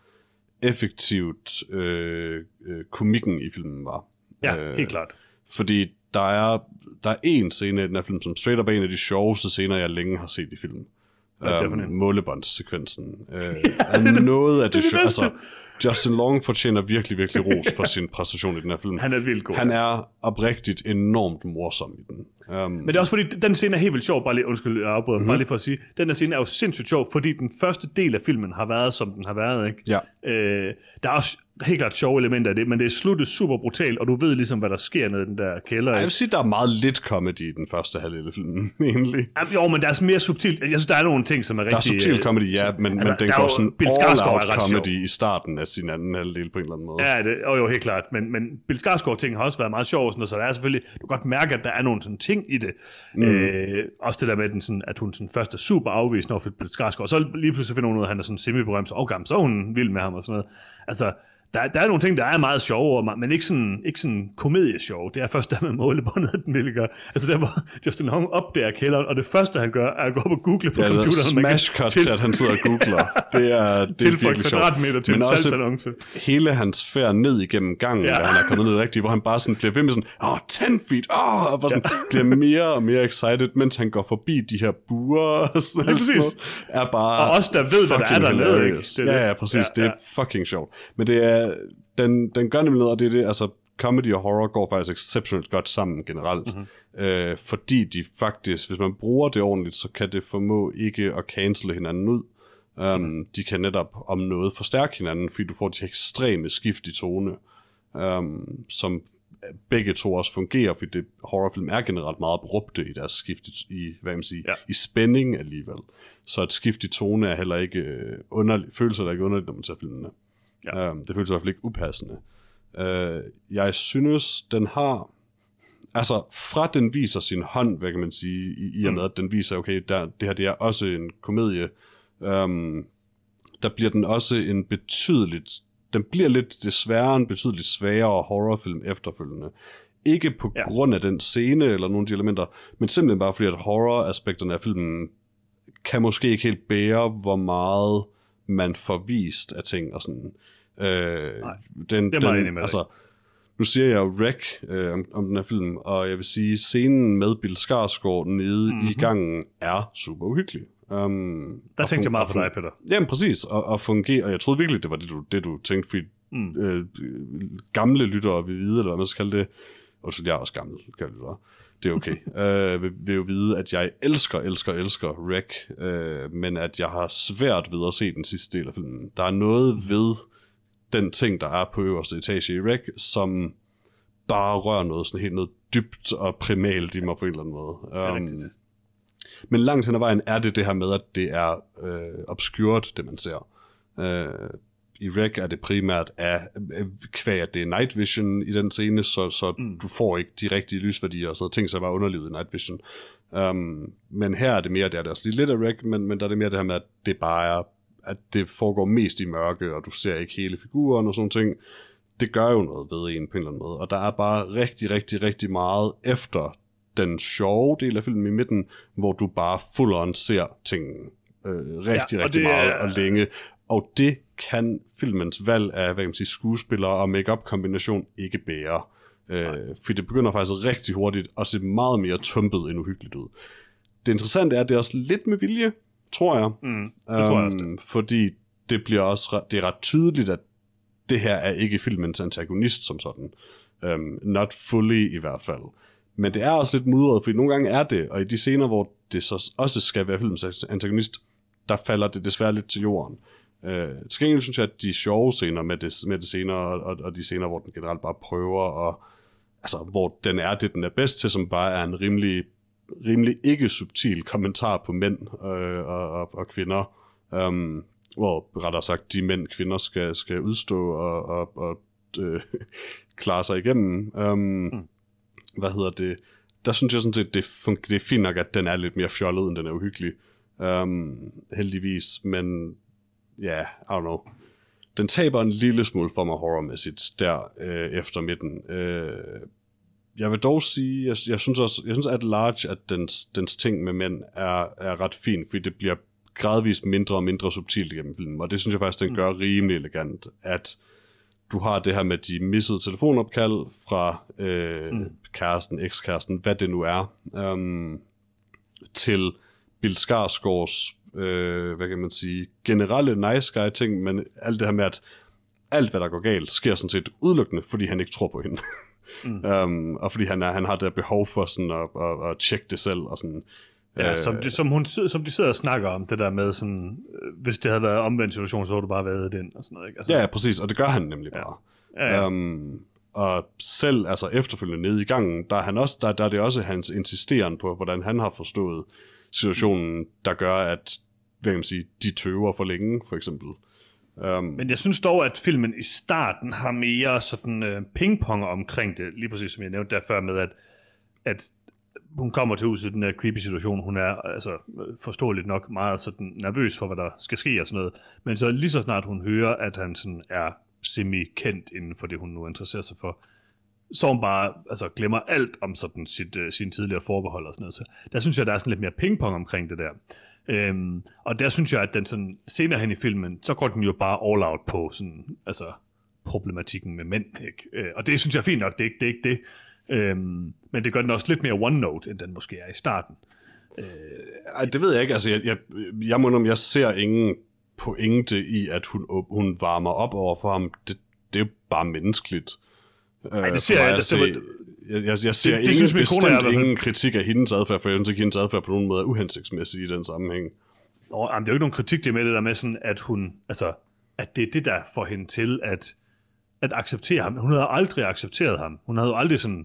effektivt øh, øh, komikken i filmen var. Ja, øh, helt klart. Fordi der er, der er en scene i den her film, som straight up er en af de sjoveste scener, jeg længe har set i filmen. Ja, um, målebåndssekvensen. Øh, ja, det er noget af det, det, det altså, Justin Long fortjener virkelig, virkelig ros for sin præstation i den her film. Han er vildt god. Han er oprigtigt enormt morsom i den. Um, Men det er også fordi, den scene er helt vildt sjov, bare lige, undskyld, jeg afbryder, mm-hmm. bare lige for at sige, den her scene er jo sindssygt sjov, fordi den første del af filmen har været, som den har været, ikke? Ja. Øh, der er også helt klart sjove elementer i det, men det er sluttet super brutalt, og du ved ligesom, hvad der sker nede i den der kælder. Jeg vil sige, der er meget lidt comedy i den første halvdel af filmen, egentlig. Jamen, jo, men der er sådan mere subtilt. Jeg synes, der er nogle ting, som er rigtig... Der er subtil comedy, ja, men, altså, men den går sådan all-out comedy sjov. I starten af sin anden halvdel på en eller anden måde. Ja, det, jo, jo, helt klart. Men, men Bill Skarsgård-ting har også været meget sjov, sådan, og så der er selvfølgelig... Du kan godt mærke, at der er nogle sådan ting i det. Mm. Øh, også det der med, den, sådan, at hun sådan, først er super afvist over for Bill Skarsgård, og så lige pludselig finder hun ud af, at han er sådan semi-berømt, så, oh, gammel, så er hun vild med ham og sådan noget. Altså... Der, der er nogle ting, der er meget sjove, men ikke sådan, ikke sådan komediesjove. Det er først der med målebåndet, den ville gøre. Altså der, hvor Justin Long opdager kælderen, og det første, han gør, er at gå op og google på ja, computeren. Smash cut til, at han sidder og googler. Det er, det er virkelig sjovt. Til men en salgsannonce. Hele hans færd ned igennem gangen, ja. Da han er kommet ned rigtigt, hvor han bare sådan bliver ved med sådan, åh, oh, ten feet, åh, oh, og bare sådan, ja. Bliver mere og mere excited, mens han går forbi de her buer og sådan ja, noget. Er bare og også der ved, hvad der er dernede, ikke? Det ja, ja, præcis. Ja, ja. Det er fucking sjovt. Men det er Den, den gør nemlig noget, og det er det, altså comedy og horror går faktisk exceptionelt godt sammen generelt, mm-hmm. øh, fordi de faktisk, hvis man bruger det ordentligt, så kan det formå ikke at cancele hinanden ud. Um, mm-hmm. De kan netop om noget forstærke hinanden, fordi du får de ekstreme skift i tone, um, som begge to også fungerer, fordi det, horrorfilm er generelt meget abrupte i deres skift i, i hvad man siger, ja. I spænding alligevel. Så et skift i tone er heller ikke øh, underligt, følelser der ikke underligt, når man ser filmene. Ja. Um, det føles i hvert fald ikke upassende. Uh, jeg synes, den har... Altså, fra den viser sin hånd, hvad kan man sige, i, i og med, at den viser, okay, der, det her det er også en komedie, um, der bliver den også en betydeligt... Den bliver lidt desværre en betydeligt sværere horrorfilm efterfølgende. Ikke på ja. Grund af den scene eller nogle af de elementer, men simpelthen bare fordi, at horror-aspekterne af filmen kan måske ikke helt bære, hvor meget man får vist af ting og sådan. Øh, Nej, den, det er meget den, enig altså, nu siger jeg jo Wreck øh, om, om den her film, og jeg vil sige, scenen med Bill Skarsgård nede mm-hmm. i gangen er super uhyggelig. Um, Der tænkte jeg meget for dig, Peter. Jamen præcis, og, og fungere, og jeg troede virkelig, det var det, du, det, du tænkte, fordi mm. øh, gamle lyttere vil vide, eller hvad man skal kalde det, og så jeg er også gammel, kan jeg lytte. Det er okay. øh, vil, vil jo vide, at jeg elsker, elsker, elsker Wreck, øh, men at jeg har svært ved at se den sidste del af filmen. Der er noget ved den ting, der er på øverste etage i Wreck, som bare rører noget sådan helt noget dybt og primalt i mig på en eller anden måde. Det er um, rigtigt. Men langt hen ad vejen er det det her med, at det er øh, obscuret, det man ser. Øh, I Wreck er det primært af kvæg, at det er night vision i den scene, så, så mm. du får ikke de rigtige lysværdier og sådan noget. Ting, så var underlivet i night vision. Um, men her er det mere, det er der også lidt af Wreck, men, men der er det mere det her med, at det bare er, at det foregår mest i mørke, og du ser ikke hele figuren og sådan ting. Det gør jo noget ved en på en eller anden måde. Og der er bare rigtig, rigtig, rigtig meget efter den sjove del af filmen i midten, hvor du bare full on ser tingene øh, rigtig, ja, rigtig meget er... og længe. Og det kan filmens valg af, hvad kan man sige, skuespillere og make-up kombination ikke bære. Øh, for det begynder faktisk rigtig hurtigt at se meget mere tumpet end uhyggeligt ud. Det interessante er, at det er også lidt med vilje, tror jeg. Mm, det tror jeg også det. Fordi det bliver også det er ret tydeligt, at det her er ikke filmens antagonist som sådan. Um, not fully i hvert fald. Men det er også lidt mudret, fordi nogle gange er det, og i de scener, hvor det så også skal være filmens antagonist, der falder det desværre lidt til jorden. Uh, til gengæld synes jeg, at de sjove scener med det, med det scener, og, og de scener, hvor den generelt bare prøver, og altså, hvor den er det, den er bedst til, som bare er en rimelig, rimelig ikke subtil kommentar på mænd øh, og, og, og kvinder. Um, hvor rettere sagt, de mænd, kvinder skal, skal udstå og, og, og øh, klare sig igennem. Um, mm. Hvad hedder det? Der synes jeg sådan set, det, fun- det er fint nok, at den er lidt mere fjollet, end den er uhyggelig. Um, heldigvis, men ja, yeah, I don't know. Den taber en lille smule for mig horrormæssigt der øh, efter midten. Øh, jeg vil dog sige, jeg, jeg synes også, jeg synes at large, at dens, dens ting med mænd er, er ret fint, fordi det bliver gradvist mindre og mindre subtilt igennem filmen, og det synes jeg faktisk, den gør rimelig elegant, at du har det her med de missede telefonopkald fra øh, mm. kæresten, ekskæresten, hvad det nu er, um, til Bill Skarsgårds Øh, hvad kan man sige, generelle nice guy ting, men alt det her med, at alt hvad der går galt, sker sådan set udelukkende, fordi han ikke tror på hende. Mm. um, og fordi han, er, han har det behov for sådan at, at, at tjekke det selv, og sådan. Ja, øh, som, de, som, hun, som de sidder og snakker om, det der med sådan, øh, hvis det havde været omvendt situation, så havde du bare været den, og sådan noget, ikke? Altså, ja, præcis, og det gør han nemlig bare. Ja. Ja, ja. Um, og selv, altså efterfølgende nede i gangen, der er, han også, der, der er det også hans insisteren på, hvordan han har forstået situationen, der gør, at hvad kan man sige, de tøver for længe, for eksempel. Um, Men jeg synes dog, at filmen i starten har mere sådan uh, pingpong omkring det, lige præcis som jeg nævnte der før med, at, at hun kommer til huset i den her creepy situation, hun er altså forståeligt nok meget sådan nervøs for, hvad der skal ske og sådan noget, men så lige så snart hun hører, at han sådan er semi-kendt inden for det, hun nu interesserer sig for, så hun bare altså, glemmer alt om sådan sit, uh, sin tidligere forbehold og sådan noget. Så der synes jeg, der er sådan lidt mere pingpong omkring det der. Øhm, og der synes jeg, at den sådan, senere hen i filmen, så går den jo bare all out på sådan, altså, problematikken med mænd, ikke? Øh, og det synes jeg er fint nok, det er ikke det. Er ikke det. Øhm, men det gør den også lidt mere one-note, end den måske er i starten. Øh, Ej, det ved jeg ikke. Altså, jeg, jeg, jeg må jeg ser ingen pointe i, at hun, hun varmer op over for ham. Det, det er jo bare menneskeligt. Nej, det ser jeg. Det ser, Jeg, jeg, jeg ser det, ingen, det synes, bestemt kone, ingen kritik af hendes adfærd, for jeg synes ikke, hendes adfærd på nogen måde er uhensigtsmæssig i den sammenhæng. Nå, jamen, det er jo ikke nogen kritik, det med det der med sådan, at hun, altså, at det er det, der får hende til at, at acceptere ham. Hun havde aldrig accepteret ham. Hun havde jo aldrig sådan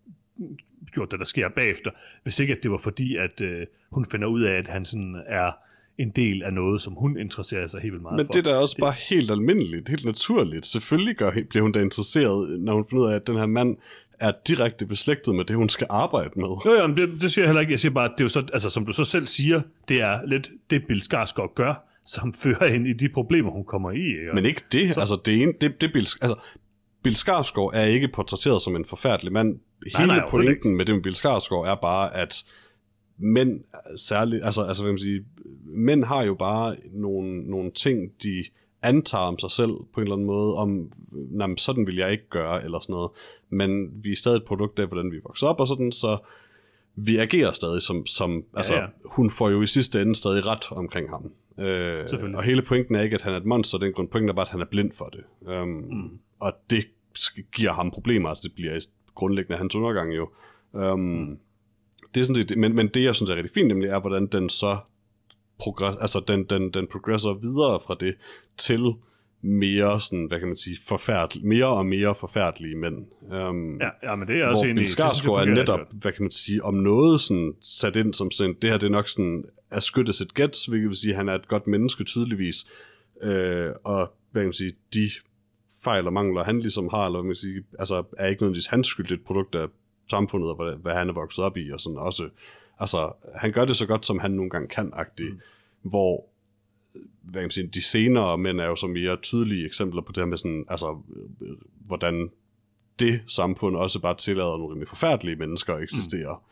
gjort det, der sker bagefter, hvis ikke, at det var fordi, at øh, hun finder ud af, at han sådan er en del af noget, som hun interesserer sig helt vildt meget Men for. Men det er da også det... bare helt almindeligt, helt naturligt. Selvfølgelig gør, bliver hun da interesseret, når hun finder ud af, at den her mand er direkte beslægtet med det, hun skal arbejde med. Jo, jo, men det, det siger jeg heller ikke. Jeg siger bare, at det er jo så, altså, som du så selv siger, det er lidt det, Bill Skarsgård gør, som fører hende i de problemer, hun kommer i. Ikke? Men ikke det. Så... Altså, det, ene, det, det Bill, altså, Bill Skarsgård er ikke portrætteret som en forfærdelig mand. Hele nej, nej, pointen med det med Bill Skarsgård er bare, at mænd, særligt, altså, altså hvad man siger, mænd har jo bare nogle, nogle ting, de antager om sig selv på en eller anden måde, om, nej, sådan vil jeg ikke gøre, eller sådan noget. Men vi er stadig et produkt af, hvordan vi vokser op, og sådan, så vi agerer stadig som, som ja, altså, ja. Hun får jo i sidste ende stadig ret omkring ham. Øh, og hele pointen er ikke, at han er et monster, den grund pointen er bare, at han er blind for det. Um, mm. Og det giver ham problemer, altså det bliver grundlæggende hans undergang jo. Um, mm. Det er sådan set, men, men det, jeg synes er rigtig fint, nemlig er, hvordan den så progress, altså den, den, den progresser videre fra det til mere sådan, hvad kan man sige, forfærdelige, mere og mere forfærdelige mænd. Um, ja, ja, men det er også hvor Bill Skarsgård er netop, hvad kan man sige, om noget sådan sat ind som sådan, det her det er nok sådan as good as it gets, hvilket vil sige, at han er et godt menneske tydeligvis, øh, og hvad kan man sige, de fejl og mangler, han ligesom har, eller hvad man sige, altså er ikke nødvendigvis hans skyld, det er et produkt af samfundet, og hvad, hvad han er vokset op i, og sådan også, altså, han gør det så godt, som han nogle gange kan-agtigt, mm. hvor, hvad kan man sige, de senere mænd er jo så mere tydelige eksempler på det her med sådan, altså, hvordan det samfund også bare tillader nogle rimelig forfærdelige mennesker at eksistere.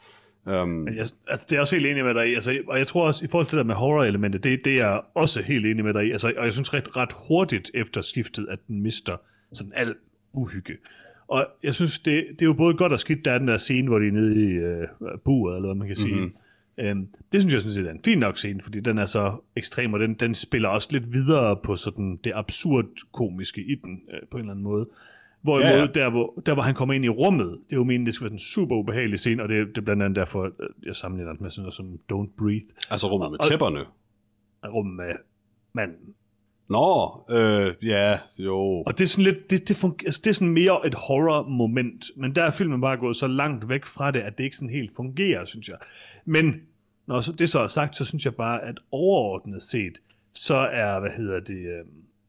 Um, Men jeg, altså, det er også helt enig med dig i. Altså, og jeg tror også, i forhold til det der med horror-elementet, det, det er jeg også helt enig med dig i. Altså, og jeg synes ret, ret hurtigt efter skiftet, at den mister sådan al uhygge. Og jeg synes, det, det er jo både godt og skidt, der er den der scene, hvor de er nede i øh, buret, eller hvad man kan sige. Mm-hmm. Øhm, det synes jeg sådan set er en fin nok scene, fordi den er så ekstrem, og den, den spiller også lidt videre på sådan det absurd komiske i den, øh, på en eller anden måde. Hvorimod ja, ja. Der, hvor, der, hvor han kommer ind i rummet, det er jo meningen, det skal være en super ubehagelig scene, og det, det er blandt andet derfor, jeg sammenligner det med sådan noget som Don't Breathe. Altså rummet med tæpperne? Og rummet med manden. Nå, øh, ja, jo. Og det er sådan lidt, det, det, funger, altså det er sådan mere et horror-moment, men der er filmen bare gået så langt væk fra det, at det ikke sådan helt fungerer, synes jeg. Men når det så er sagt, så synes jeg bare, at overordnet set, så er, hvad hedder det, øh,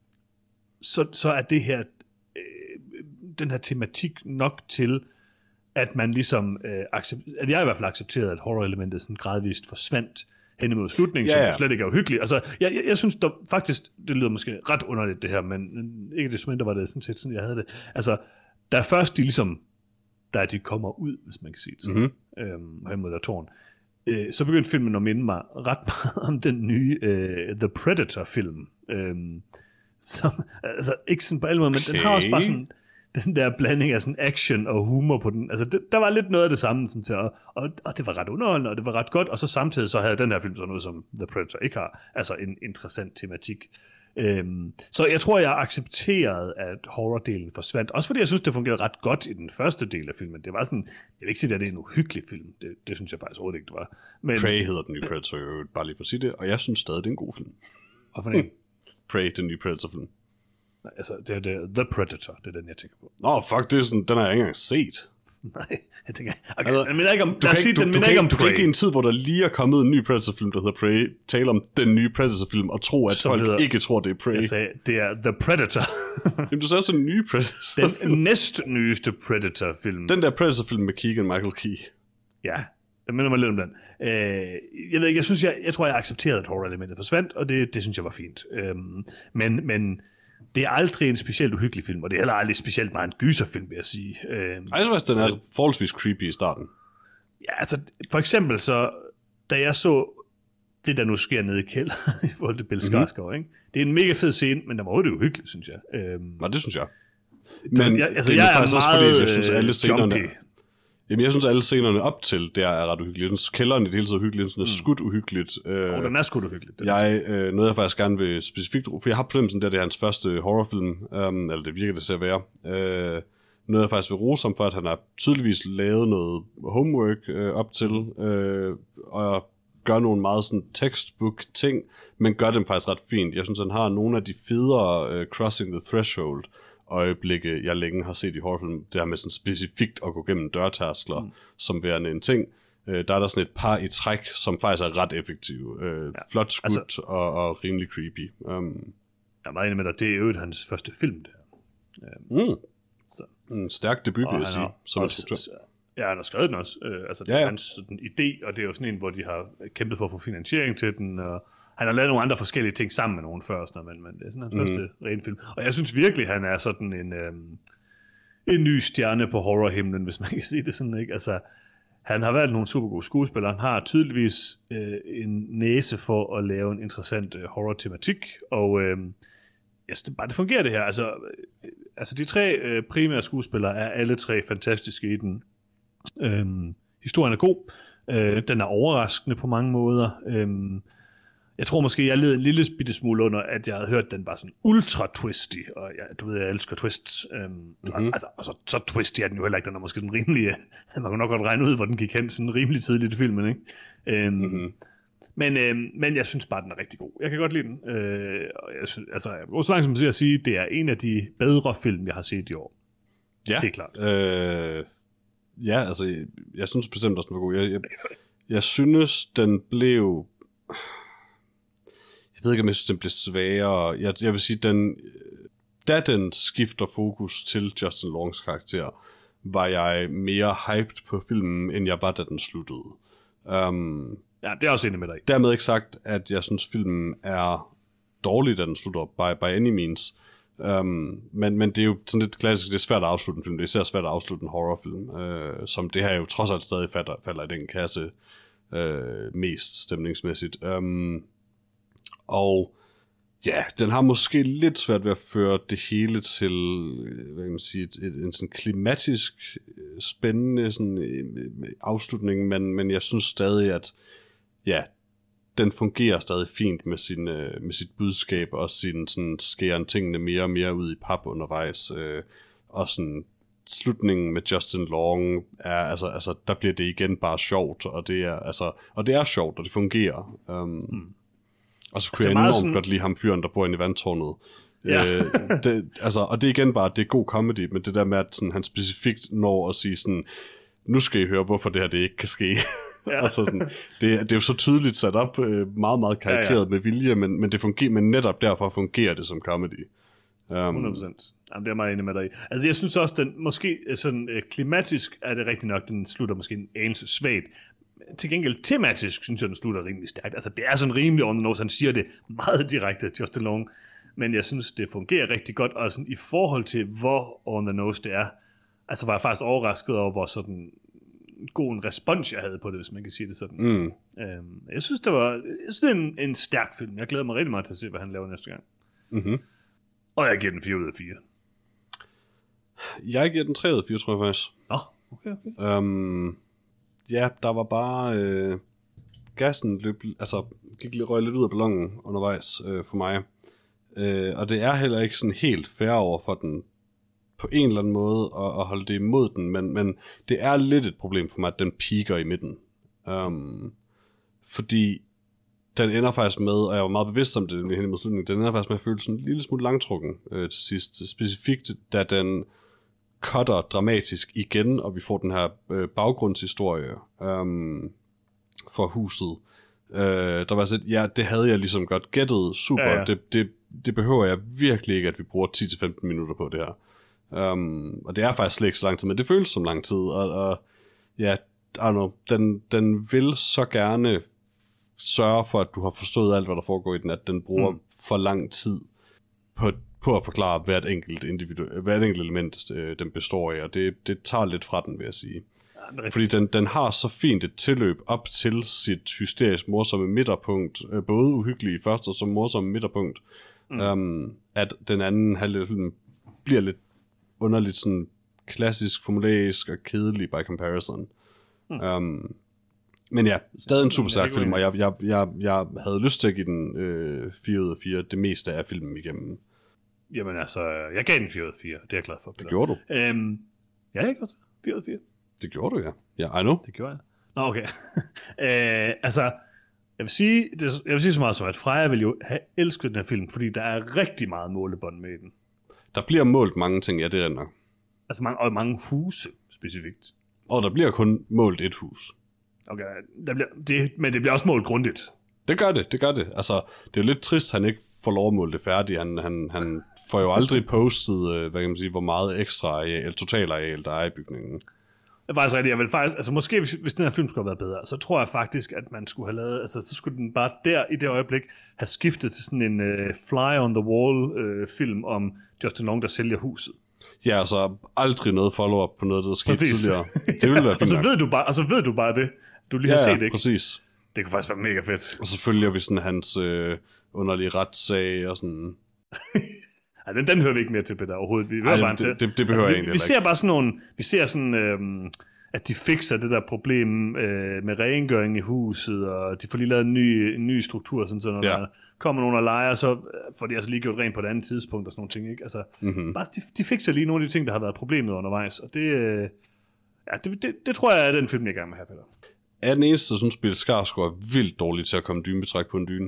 så, så er det her, øh, den her tematik nok til, at man ligesom, øh, accept, at jeg i hvert fald accepterede, at horror-elementet sådan gradvist forsvandt hen imod slutningen, ja, ja. Som slet ikke er uhyggeligt. Altså, jeg, jeg, jeg synes der, faktisk, det lyder måske ret underligt det her, men ikke det mindre var det sådan set, sådan jeg havde det. Altså, der er først de ligesom, da de kommer ud, hvis man kan sige det sådan, mm-hmm. øhm, hen mod der tårn, øh, så begyndte filmen at minde mig ret meget om den nye øh, The Predator-film. Øhm, som, altså, ikke sådan på alle måder, men okay. Den har også bare sådan den der blanding af sådan action og humor på den. Altså, det, der var lidt noget af det samme, sådan til, og, og, og det var ret underholdende, og det var ret godt, og så samtidig så havde den her film sådan noget, som The Predator ikke har. Altså en interessant tematik. Øhm, så jeg tror, jeg accepterede, at horror-delen forsvandt. Også fordi jeg synes, det fungerede ret godt i den første del af filmen. Det var sådan, jeg vil ikke sige, at det er en uhyggelig film. Det, det synes jeg faktisk overhovedet ikke, det var. Men, Prey hedder den nye Predator, jeg vil bare lige for at sige det, og jeg synes stadig, det er en god film. Hvorfor en? Prey, den nye Predator-film. Nej, altså, det er, det er The Predator, det er den, jeg tænker på. Nå, fuck, det er sådan, den har jeg ikke engang set. Nej, jeg tænker, okay, altså, den minder ikke om, du kan ikke, du, du, ikke om du kan ikke i en tid, hvor der lige er kommet en ny Predator-film, der hedder Prey, tale om den nye Predator-film, og tro, at som folk hedder, ikke tror, det er Prey. Jeg sagde, det er The Predator. Jamen, du sagde også den nye Predator. Den næst nyeste Predator-film. Den der Predator-film med Keegan Michael Key. Ja, det minder mig lidt om den. Øh, jeg ved ikke, jeg synes, jeg, jeg tror, jeg accepterede, at horror-elementet forsvandt, og det, det synes jeg var fint. Øh, men, men det er aldrig en specielt uhyggelig film, og det er heller aldrig specielt meget en gyserfilm, vil jeg sige. Øh, Ej, jeg synes, den er forholdsvis creepy i starten. Ja, altså, for eksempel så, da jeg så det, der nu sker nede i kælderen, i forhold til Bill Skarsgård, mm-hmm. ikke? Det er en mega fed scene, men der var jo det uhyggeligt, synes jeg. Øh, Nej, det synes jeg. Men jeg, altså, det er jeg er meget også, fordi, jeg synes, alle scenerne, jumpy. Jamen, jeg synes, alle scenerne op til, det er ret uhyggeligt. Den kælderen i det hele taget uhyggeligt, den er mm. skudt uhyggeligt. Øh, oh, den er skudt uhyggeligt. Jeg, øh, noget jeg faktisk gerne vil specifikt, for jeg har på sådan der, det er hans første horrorfilm, um, eller det virker det til at være. Øh, noget jeg faktisk vil rose ham for, at han har tydeligvis lavet noget homework øh, op til, øh, og gør nogle meget sådan textbook-ting, men gør dem faktisk ret fint. Jeg synes, han har nogle af de federe uh, Crossing the Threshold øjeblikke, jeg længe har set i horrorfilm, det her med sådan specifikt at gå gennem dørtærskler, mm. som værende en ting. Øh, der er der sådan et par i træk, som faktisk er ret effektive. Øh, ja. Flot skudt altså, og, og rimelig creepy. Um, jeg er meget enig med dig, det er jo hans første film, det her. Um, mm. så. En stærk debut, vil jeg sige, som instruktør. Ja, han har skrevet den også. Øh, altså, det er ja, ja. hans sådan, idé, og det er jo sådan en, hvor de har kæmpet for at få finansiering til den, og han har lavet nogle andre forskellige ting sammen med nogen før, sådan, men, men det er sådan hans mm. første ren film. Og jeg synes virkelig, han er sådan en, øhm, en ny stjerne på horrorhimlen, hvis man kan sige det sådan, ikke? Altså, han har været nogle super gode skuespillere. Han har tydeligvis øh, en næse for at lave en interessant øh, horror-tematik, og øh, jeg synes, det, bare det fungerer det her. Altså, øh, altså de tre øh, primære skuespillere er alle tre fantastiske i den. Øh, historien er god. Øh, den er overraskende på mange måder. Øh, Jeg tror måske, jeg led en lille bitte smule under, at jeg havde hørt, at den var sådan ultra twisty, og ja, du ved, jeg elsker twists. Øhm, mm-hmm. Altså, altså, så twisty er den jo heller ikke, den er måske den rimelige, man kan nok godt regne ud, hvor den gik hen sådan rimelig tidligt i filmen, ikke? Øhm, mm-hmm. men, øhm, men jeg synes bare, den er rigtig god. Jeg kan godt lide den. Øh, og jeg synes, altså, jeg går så langt som til at sige, det er en af de bedre film, jeg har set i år. Ja. Det er klart. Øh, ja, altså, jeg, jeg synes bestemt også, den var god. Jeg, jeg, jeg synes, den blev... Jeg ved ikke, om jeg synes, den blev sværere. Jeg, jeg vil sige, den, da den skifter fokus til Justin Longs karakter, var jeg mere hyped på filmen, end jeg var, da den sluttede. Um, ja, det er også enig med dig. Dermed ikke sagt, at jeg synes, filmen er dårlig, da den slutter, by, by any means. Um, men, men det er jo sådan lidt klassisk, det er svært at afslutte en film, det er især svært at afslutte en horrorfilm, uh, som det her jo trods alt stadig falder, falder i den kasse uh, mest stemningsmæssigt. Um, og ja, den har måske lidt svært ved at føre det hele til, hvad kan man sige, et, et, en sådan klimatisk, spændende sådan, afslutning, men, men jeg synes stadig, at ja, den fungerer stadig fint med, sin, med sit budskab, og sin, sådan, skærer tingene mere og mere ud i pap undervejs, øh, og sådan, slutningen med Justin Long, er, altså, altså, der bliver det igen bare sjovt, og det er, altså, og det er sjovt, og det fungerer. Um, hmm. Og så kunne altså, jeg enormt sådan... godt lide ham fyren, der bor inde i vandtårnet. Ja. øh, det, altså, og det er igen bare, det er god comedy, men det der med, at sådan, han specifikt når at sige sådan, nu skal I høre, hvorfor det her det ikke kan ske. Ja. Altså sådan, det, det er jo så tydeligt sat op, meget, meget karikeret ja, ja. med vilje, men, men, det fungerer, men netop derfor fungerer det som comedy. Um, hundrede procent. Jamen, det er meget enig med dig i. Altså, jeg synes også, den måske sådan øh, klimatisk er det rigtig nok, den slutter måske en anelse svagt. Til gengæld tematisk synes jeg, den slutter rimelig stærkt. Altså, det er sådan rimelig on the nose, han siger det meget direkte, Justin Long. Men jeg synes, det fungerer rigtig godt, og sådan i forhold til, hvor on the nose det er, altså var jeg faktisk overrasket over, hvor sådan god en respons, jeg havde på det, hvis man kan sige det sådan. Mm. Øhm, jeg synes, det var jeg synes, det er en, en stærk film. Jeg glæder mig rigtig meget til at se, hvad han laver næste gang. Mm-hmm. Og jeg giver den fire ud af fire. Jeg giver den tre ud af fire, tror jeg faktisk. Nå, okay, okay. Um, ja, der var bare... Øh, gassen løb, altså, gik røg lidt ud af ballonen undervejs øh, for mig. Øh, og det er heller ikke sådan helt fair over for den på en eller anden måde at, at holde det imod den, men, men det er lidt et problem for mig, at den piker i midten. Um, fordi den ender faktisk med, og jeg var meget bevidst om det hen imod slutningen, den ender faktisk med at føle sådan en lille smule langtrukken øh, til sidst. Specifikt, da den cutter dramatisk igen, og vi får den her øh, baggrundshistorie um, for huset. Øh, der var sådan, ja, det havde jeg ligesom godt gættet super. Ja, ja. Det, det, det behøver jeg virkelig ikke, at vi bruger ti til femten minutter på det her. Um, og det er faktisk slet ikke så lang tid, men det føles som lang tid, og, og ja, I don't know, den, den vil så gerne sørge for, at du har forstået alt, hvad der foregår i den, at den bruger mm. for lang tid på, på at forklare hvert enkelt, individu- hvert enkelt element, øh, den består af, og det, det tager lidt fra den, vil jeg sige. Ja, fordi den, den har så fint et tilløb op til sit hysterisk morsomme midterpunkt, øh, både uhyggelige først og som morsomme midterpunkt, mm. um, at den anden halvdel film bliver lidt underligt sådan klassisk, formularisk og kedelig by comparison. Mm. Um, men ja, stadig en super stærk film, og jeg, jeg, jeg, jeg havde lyst til at give den øh, fire ud af fire det meste af filmen igennem. Jamen altså, jeg gav den fire ud af fire, det er jeg glad for. Det gjorde du. Øhm, ja, jeg også fire ud af fire. Det gjorde du, ja. Ja, I know. Det gjorde jeg. Nå, okay. øh, altså, jeg vil, sige, det, jeg vil sige så meget som, at Freja vil jo have elsket den her film, fordi der er rigtig meget målebånd med den. Der bliver målt mange ting, ja, det er nok. Altså, mange, og mange huse, specifikt. Og der bliver kun målt et hus. Okay, der bliver, det, men det bliver også målt grundigt. Det gør det, det gør det. Altså, det er jo lidt trist, at han ikke får lov at måle det færdigt. Han, han, han får jo aldrig postet, hvad kan man sige, hvor meget ekstra areal, total areal, der er i bygningen. Det er faktisk rigtigt. Jeg vil faktisk, altså måske hvis, hvis den her film skulle have været bedre, så tror jeg faktisk, at man skulle have lavet, altså så skulle den bare der i det øjeblik have skiftet til sådan en uh, fly on the wall uh, film om Justin Long, der sælger huset. Ja, altså aldrig noget follow-up på noget, der skete tidligere. Det ville være fint. Og så ved du bare, og så ved du bare det, du lige ja, har set, ikke? Ja, præcis. Det kunne faktisk være mega fedt. Og så følger vi sådan hans øh, underlige retssag og sådan. Ej, den, den hører vi ikke mere til, Peter, overhovedet. Vi Ej, det, det, det, det behøver altså, jeg egentlig vi, vi ser bare sådan nogle, vi ser sådan, øhm, at de fikser det der problem øh, med rengøring i huset, og de får lige lavet en ny, en ny struktur, sådan, så når ja. der kommer nogen og leger, så får de altså lige gjort rent på et andet tidspunkt og sådan nogle ting, ikke? Altså, mm-hmm. bare, de, de fikser lige nogle af de ting, der har været problemet undervejs, og det, øh, ja, det, det, det tror jeg er den film, jeg gerne vil have, Peter. Er den eneste, der synes, Bill Skarsgård er vildt dårlig til at komme dynebetræk på en dyne?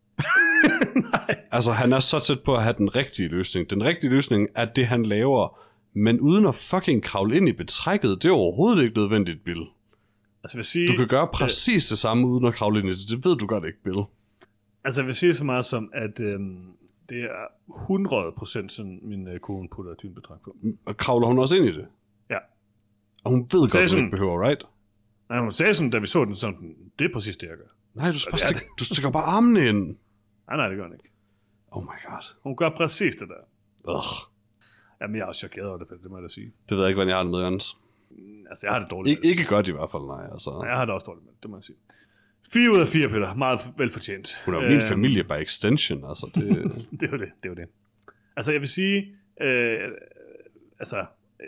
Nej. Altså, han er så tæt på at have den rigtige løsning. Den rigtige løsning er det, han laver, men uden at fucking kravle ind i betrækket, det er overhovedet ikke nødvendigt, Bill. Altså, vil sige, du kan gøre præcis det, det samme, uden at kravle ind i det. Det ved du godt ikke, Bill. Altså, jeg vil sige så meget som, at øhm, det er hundrede procent sådan, min øh, kone putter dynebetræk på. Og kravler hun også ind i det? Ja. Og hun ved godt, at hun ikke behøver, right? Nej, hun sagde sådan, da vi så den, sådan, det er præcis det, jeg gør. Nej, du, bare stik, du stikker bare armene ind. Nej, nej, det gør hun ikke. Oh my god. Hun gør præcis det der. Ugh. Jamen, jeg er også chokeret over det, det må jeg da sige. Det ved jeg ikke, hvordan jeg har det med, Jens. Altså, jeg har det dårligt. Ik- ikke godt i hvert fald, nej. Altså. Nej, jeg har det også dårligt med det, det må jeg sige. Fire ud af fire, Peter. Meget velfortjent. Hun er jo min familie by extension, altså. Det, det er jo det, det er jo det. Altså, jeg vil sige, øh, altså, øh,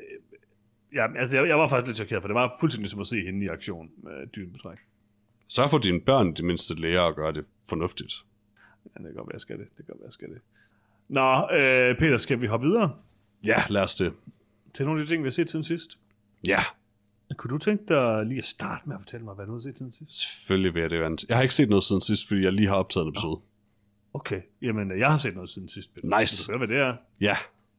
ja, altså jeg, jeg var faktisk lidt chokeret, for det var fuldstændig som at se hende i aktion med dynebetræk. Sørg for dine børn, de mindste lærer, at gøre det fornuftigt. Ja, det kan godt være, jeg skal det. Det kan godt være, jeg skal det. Nå, øh, Peter, skal vi hoppe videre? Ja, lad os det. Til nogle af de ting, vi har set siden sidst. Ja. Kunne du tænke dig lige at starte med at fortælle mig, hvad du har set siden sidst? Selvfølgelig vil jeg det, Jens. Jeg har ikke set noget siden sidst, fordi jeg lige har optaget en episode. Okay, jamen jeg har set noget siden sidst, Peter. Nice. Kan du høre, hvad det er? Ja.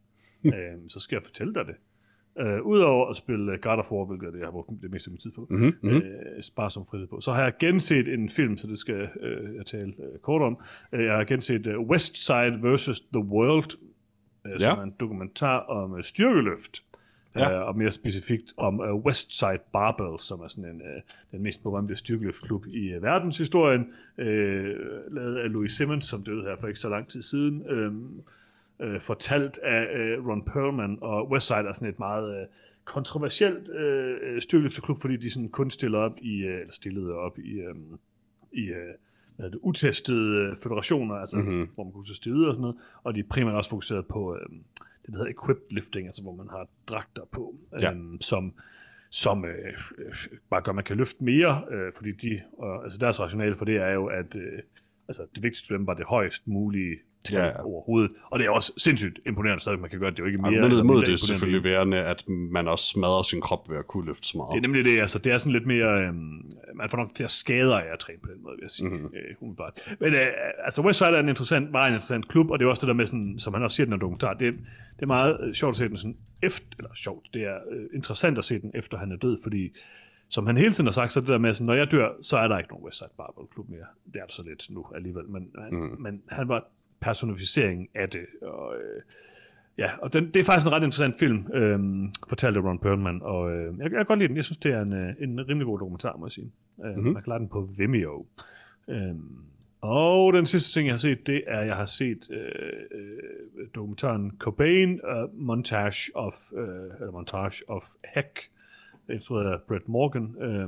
øhm, så skal jeg fortælle dig det. Øh, Udover at spille God of War, hvilket er det, jeg har brugt det meste af min tid på, Mm-hmm. øh, spare som fritid på, så har jeg genset en film, så det skal øh, jeg tale øh, kort om. Øh, jeg har genset uh, West Side versus. The World, øh, Ja. som er en dokumentar om uh, styrkeløft. Ja. Uh, og mere specifikt om uh, West Side Barbell, som er sådan en, uh, den mest berømte styrkeløftklub i uh, verdenshistorien, uh, lavet af Louis Simmons, som døde her for ikke så lang tid siden, uh, uh, fortalt af uh, Ron Perlman, og West Side er sådan et meget uh, kontroversielt uh, styrkeløftklub, fordi de sådan kun stiller op i, uh, eller stillede op i, um, i uh, hvad er det, utestede federationer, altså mm-hmm. hvor man kunne så stille og sådan noget, og de er primært også fokuseret på uh, det, der hedder equipped lifting, altså hvor man har dragter på, ja. øhm, som, som øh, øh, bare gør, at man kan løfte mere, øh, fordi de, øh, altså deres rationale for det er jo, at øh, altså det vigtigste for dem var det højst mulige tal ja, ja. overhovedet, og det er også sindssygt imponerende, så man kan gøre det, det er jo ikke mere. Argumentet mod det er selvfølgelig værende, at man også smadrer sin krop ved at kunne løfte så meget. Det er nemlig det, altså det er sådan lidt mere, øh, man får nok flere skader af at træne på den måde, vil jeg sige, mm-hmm. øh, umiddelbart. Men øh, altså West Side er en interessant, meget interessant klub, og det er også det der med, sådan, som han også siger i den her dokumentar, det, det er meget øh, sjovt at se den sådan efter, eller sjovt, det er øh, interessant at se den efter han er død, fordi som han hele tiden har sagt, så det der med, sådan, når jeg dør, så er der ikke nogen West Side Barbell klub mere. Det er så lidt nu alligevel, men, mm. men han var personificeringen af det, og øh, ja, og den, det er faktisk en ret interessant film, øhm, fortalte Ron Perlman, og øh, jeg, jeg kan godt lide den. Jeg synes, det er en, en rimelig god dokumentar, må jeg sige. Øh, mm-hmm. Man kan lade den på Vimeo. Øhm, og den sidste ting, jeg har set, det er, at jeg har set øh, øh, dokumentaren Cobain, uh, Montage of, øh, eller Montage of Heck, instrueret af Brett Morgan, øh,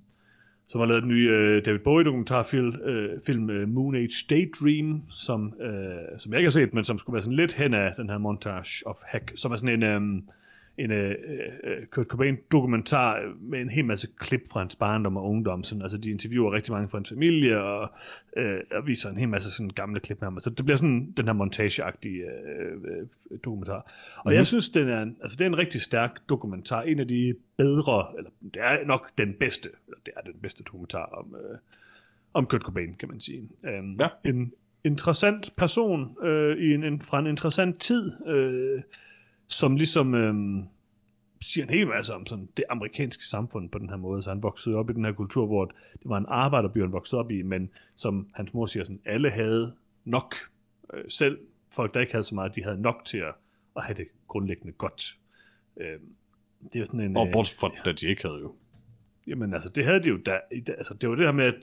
som har lavet den nye øh, David Bowie-dokumentarfilm, øh, film, øh, Moon Age Daydream, som, øh, som jeg ikke har set, men som skulle være sådan lidt hen af den her Montage of Heck, som er sådan en, øh, en øh, øh, Kurt Cobain-dokumentar med en hel masse klip fra hans barndom og ungdom. Sådan, altså, de interviewer rigtig mange fra hans familie, og, øh, og viser en hel masse sådan gamle klip med ham. Så det bliver sådan den her montage-agtige øh, øh, dokumentar. Og mm-hmm. jeg synes, den er, en, altså, det er en rigtig stærk dokumentar. En af de bedre, eller det er nok den bedste, eller det er den bedste dokumentar om, øh, om Kurt Cobain, kan man sige. Um, ja. En interessant person øh, i en, en, fra en interessant tid, øh, som ligesom øh, siger en hel masse om sådan det amerikanske samfund på den her måde. Så han voksede op i den her kultur, hvor det var en arbejderby, han voksede op i, men som hans mor siger, sådan, alle havde nok. Øh, selv folk, der ikke havde så meget, de havde nok til at, at have det grundlæggende godt. Øh, det er sådan en... Og bortset fra, ja. de ikke havde jo. Jamen altså, det havde de jo da, altså det var det her med, at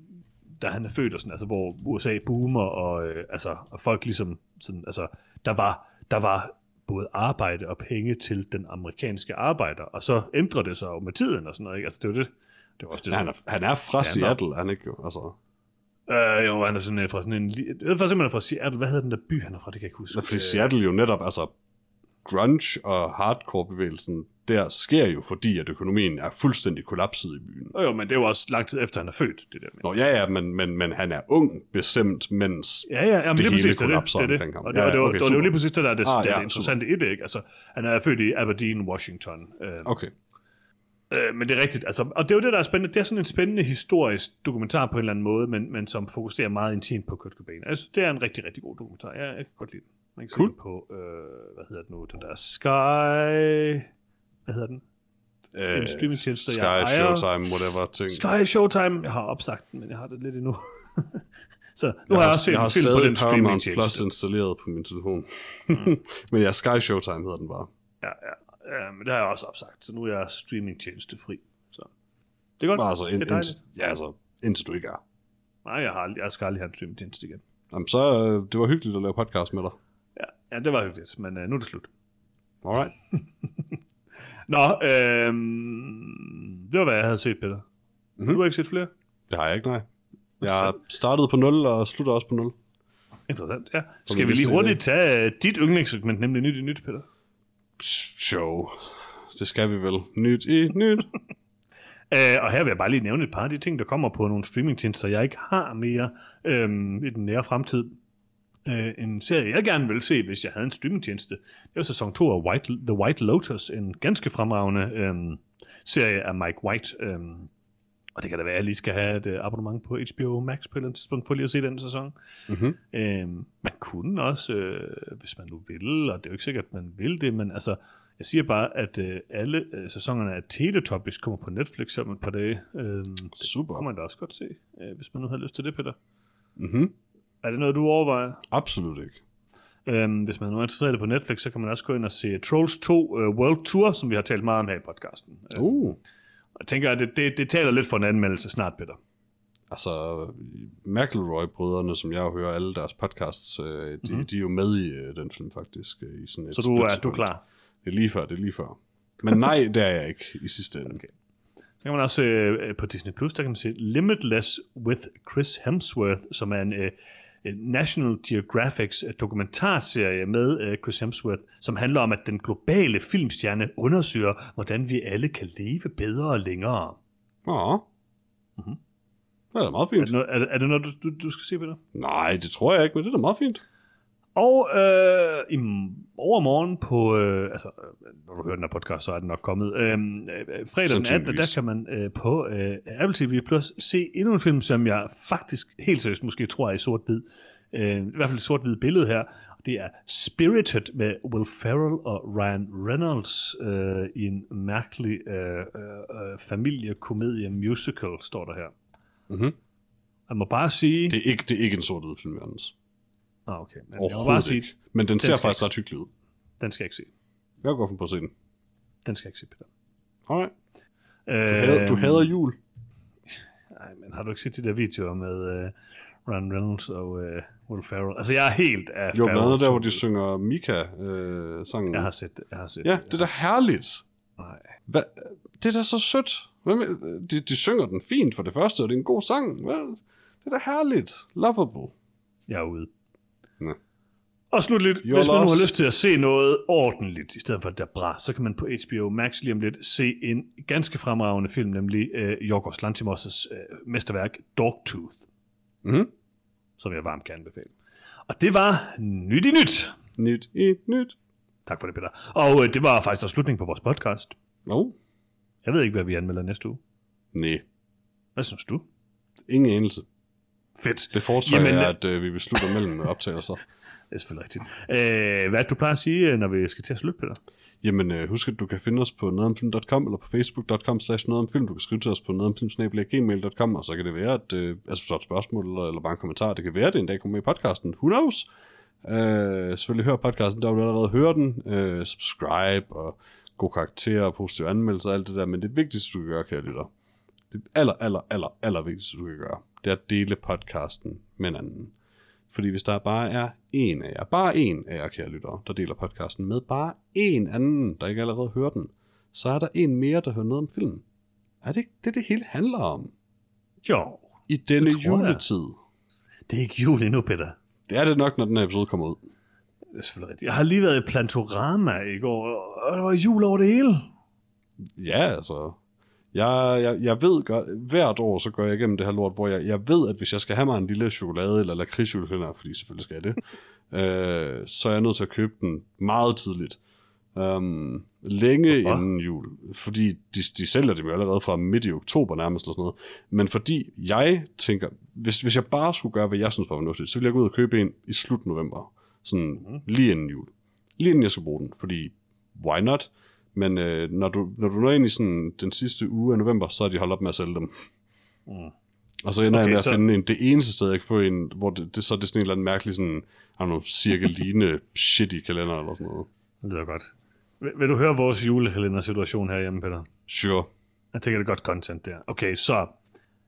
da han er født og sådan, altså hvor U S A boomer, og øh, altså, og folk ligesom sådan, altså, der var, der var både arbejde og penge til den amerikanske arbejder, og så ændrer det sig jo med tiden og sådan noget, ikke? Altså det var det, det var også det. Ja, han, er, han er fra ja, Seattle, han er ikke jo, altså... Øh, jo, han er sådan fra sådan en, jeg ved faktisk, han er fra Seattle, hvad hedder den der by, han er fra, det kan jeg ikke huske. Fordi Seattle jo netop, altså, grunge og hardcore-bevægelsen, der sker jo, fordi at økonomien er fuldstændig kollapset i byen. Jo, jo, men det er jo også lang tid efter, han er født, det der med. Nå, ja, ja, men, men, men han er ung bestemt, mens ja, ja, jamen, det det hele kollapser det, det, omkring ham. Og det, ja, og det, var, okay, det var jo lige præcis det, der er det, ah, det, ja, det interessante i det, ikke? Altså, han er født i Aberdeen, Washington. Øh, okay. Øh, men det er rigtigt, altså, og det er jo det, der er spændende. Det er sådan en spændende historisk dokumentar på en eller anden måde, men, men som fokuserer meget intimt på Kurt Cobain. Altså, det er en rigtig, rigtig god dokumentar. Jeg, jeg kan godt lide den. Man kan cool. se på, øh, hvad hedder det nu, den der Sky... Hvad hedder den? Øh, en streamingtjeneste, Sky, jeg ejer. Showtime, whatever ting. Sky Showtime, jeg har opsagt den, men jeg har det lidt endnu. Så nu jeg har jeg har også set jeg en film på den streamingtjeneste. Plus installeret på min telefon. Mm. Men ja, Sky Showtime hedder den bare. Ja, ja. Ja, men det har jeg også opsagt, så nu er jeg streamingtjeneste fri. Så det er godt. Bare altså, ind, det er ind, ja, altså, indtil du ikke er. Nej, jeg, har aldrig, jeg skal aldrig have en streamingtjeneste igen. Jamen, så øh, det var hyggeligt at lave podcast med dig. Ja, Ja, det var hyggeligt, men uh, nu er det slut. Alright. Nå, øh, det var, hvad jeg havde set, Peter. Mm-hmm. Du har ikke set flere? Det har jeg ikke, nej. Jeg startede på nul og slutter også på nul. Interessant, ja. Skal vi lige hurtigt tage dit yndlingssegment, nemlig Nyt i Nyt, Peter? Show. Det skal vi vel. Nyt i Nyt. Uh, og her vil jeg bare lige nævne et par af de ting, der kommer på nogle streamingtjenester, jeg ikke har mere øhm, i den nære fremtid. Uh, en serie, jeg gerne ville se, hvis jeg havde en streamingtjeneste, det var sæson to af White, The White Lotus, en ganske fremragende øhm, serie af Mike White. Øhm, og det kan da være, at jeg lige skal have et uh, abonnement på H B O Max på et eller andet tidspunkt, for lige at se den sæson. Mm-hmm. Øhm, man kunne også, øh, hvis man nu vil, og det er jo ikke sikkert, at man vil det, men altså, jeg siger bare, at øh, alle øh, sæsonerne af Teletubbies kommer på Netflix om et par dage. Øh, Super. Det kunne man da også godt se, øh, hvis man nu havde lyst til det, Peter. Mhm. Er det noget, du overvejer? Absolut ikke. Øhm, hvis man nu er interesseret på Netflix, så kan man også gå ind og se Trolls to uh, World Tour, som vi har talt meget om her i podcasten. Uh. Øhm, jeg tænker, at det, det, det taler lidt for en anmeldelse snart, Peter. Altså, McElroy-brødrene, som jeg jo hører alle deres podcasts, øh, de, mm-hmm. de er jo med i øh, den film faktisk. Øh, i sådan et så du er, du er klar? Det er lige før, det er lige før. Men nej, det er jeg ikke i sidste ende. Okay. Så kan man også øh, på Disney Plus, der kan man se Limitless with Chris Hemsworth, som er en øh, National Geographics dokumentarserie med øh, Chris Hemsworth, som handler om, at den globale filmstjerne undersøger, hvordan vi alle kan leve bedre og længere. Ja. Mm-hmm. Det er da meget fint. Er det noget, er det, er det noget du, du, du skal se, Peter? Nej, det tror jeg ikke, men det er da meget fint. Og øh, i overmorgen på, øh, altså når du hører den her podcast, så er den nok kommet, øh, fredag den attende, der kan man øh, på øh, Apple T V Plus se endnu en film, som jeg faktisk helt seriøst måske tror er i sort-hvid. Øh, I hvert fald et sort-hvid billede her. Det er Spirited med Will Ferrell og Ryan Reynolds øh, i en mærkelig øh, øh, familiekomedie musical, står der her. Mhm. Jeg må bare sige... Det er ikke, det er ikke en sort-hvid film, Jørgens. Ah, okay. Men jeg må bare sige, ikke. Men den, den ser faktisk ret hyggelig ud. Den skal jeg ikke se. Jeg går for på at se den. Den skal jeg ikke se, Peter. Alright. Du, øh, hader, du hader jul. Nej, men har du ikke set de der videoer med uh, Ryan Reynolds og uh, Will Ferrell? Altså, jeg er helt af Jo, blandt andet der, hvor de synger Mika-sangen. Øh, jeg har set det, jeg har set ja, det. det er da herligt. Nej. Hva? Det er da så sødt. De, de synger den fint for det første, og det er en god sang. Hva? Det er da herligt. Lovable. Jeg er ude. Nej. Og slutligt, You're hvis man nu har lyst til at se noget ordentligt, i stedet for det der bra, så kan man på H B O Max lige om lidt se en ganske fremragende film, nemlig uh, Yorgos Lanthimos' uh, mesterværk Dogtooth, mm-hmm. som jeg varmt kan anbefale. Og det var Nyt i Nyt. Nyt i Nyt. Tak for det, Peter. Og uh, det var faktisk også slutningen på vores podcast. Oh. Jeg ved ikke, hvad vi anmelder næste uge. Nej. Hvad synes du? Ingen anelse. Fedt. Det foretrækker jeg, at uh, vi beslutter mellem optagelser. Det er selvfølgelig rigtigt. Øh, hvad er det, du plejer at sige, når vi skal til at slutte, Peter? Jamen, øh, husk, at du kan finde os på nogetomfilm punktum com eller på facebook punktum com slash nogetomfilm. Du kan skrive til os på nogetomfilm snabel-a gmail punktum com, og så kan det være, at øh, altså, så et spørgsmål eller, eller bare en kommentar. Det kan være, at det en dag kommer med i podcasten. Who knows? Øh, selvfølgelig hør podcasten, der har du allerede hørt den. Øh, subscribe og gode karakterer, positive anmeldelser og alt det der. Men det vigtigste, du kan gøre, kære lytter, det aller, aller, aller, aller vigtigste, du kan gøre, det er at dele podcasten med en anden. Fordi hvis der bare er en af jer, bare en af jer, kære lyttere, der deler podcasten med bare en anden, der ikke allerede hører den, så er der en mere, der hører noget om film. Er det ikke det, det hele handler om? Jo. I denne juletid. Jeg. Det er ikke jul endnu, Peter. Det er det nok, når den her episode kommer ud. Det er selvfølgelig rigtigt. Jeg har lige været i Plantorama i går, og der var jul over det hele. Ja, altså... Jeg, jeg, jeg ved godt, hvert år så går jeg igennem det her lort, hvor jeg, jeg ved, at hvis jeg skal have mig en lille chokolade eller lakridsjulekalender, fordi selvfølgelig skal jeg det, øh, så er jeg nødt til at købe den meget tidligt. Um, længe Hvorfor? Inden jul. Fordi de, de sælger dem jo allerede fra midt i oktober nærmest eller sådan noget. Men fordi jeg tænker, hvis, hvis jeg bare skulle gøre, hvad jeg synes var fornuftigt, så ville jeg gå ud og købe en i slut november. Sådan mm-hmm. lige inden jul. Lige inden jeg skal bruge den. Fordi, why not? Men øh, når, du, når du når ind i sådan den sidste uge af november, så er de holdt op med at sælge dem. Mm. Og så ender okay, jeg med at så... finde en, det eneste sted, jeg kan få en, hvor det, det så er det sådan en eller anden mærkelig, sådan, har noget cirkeline shitty kalender eller sådan noget. Det er godt. Vil, vil du høre vores julekalender-situation herhjemme, Peter? Sure. Jeg tænker, det er godt content der. Okay, så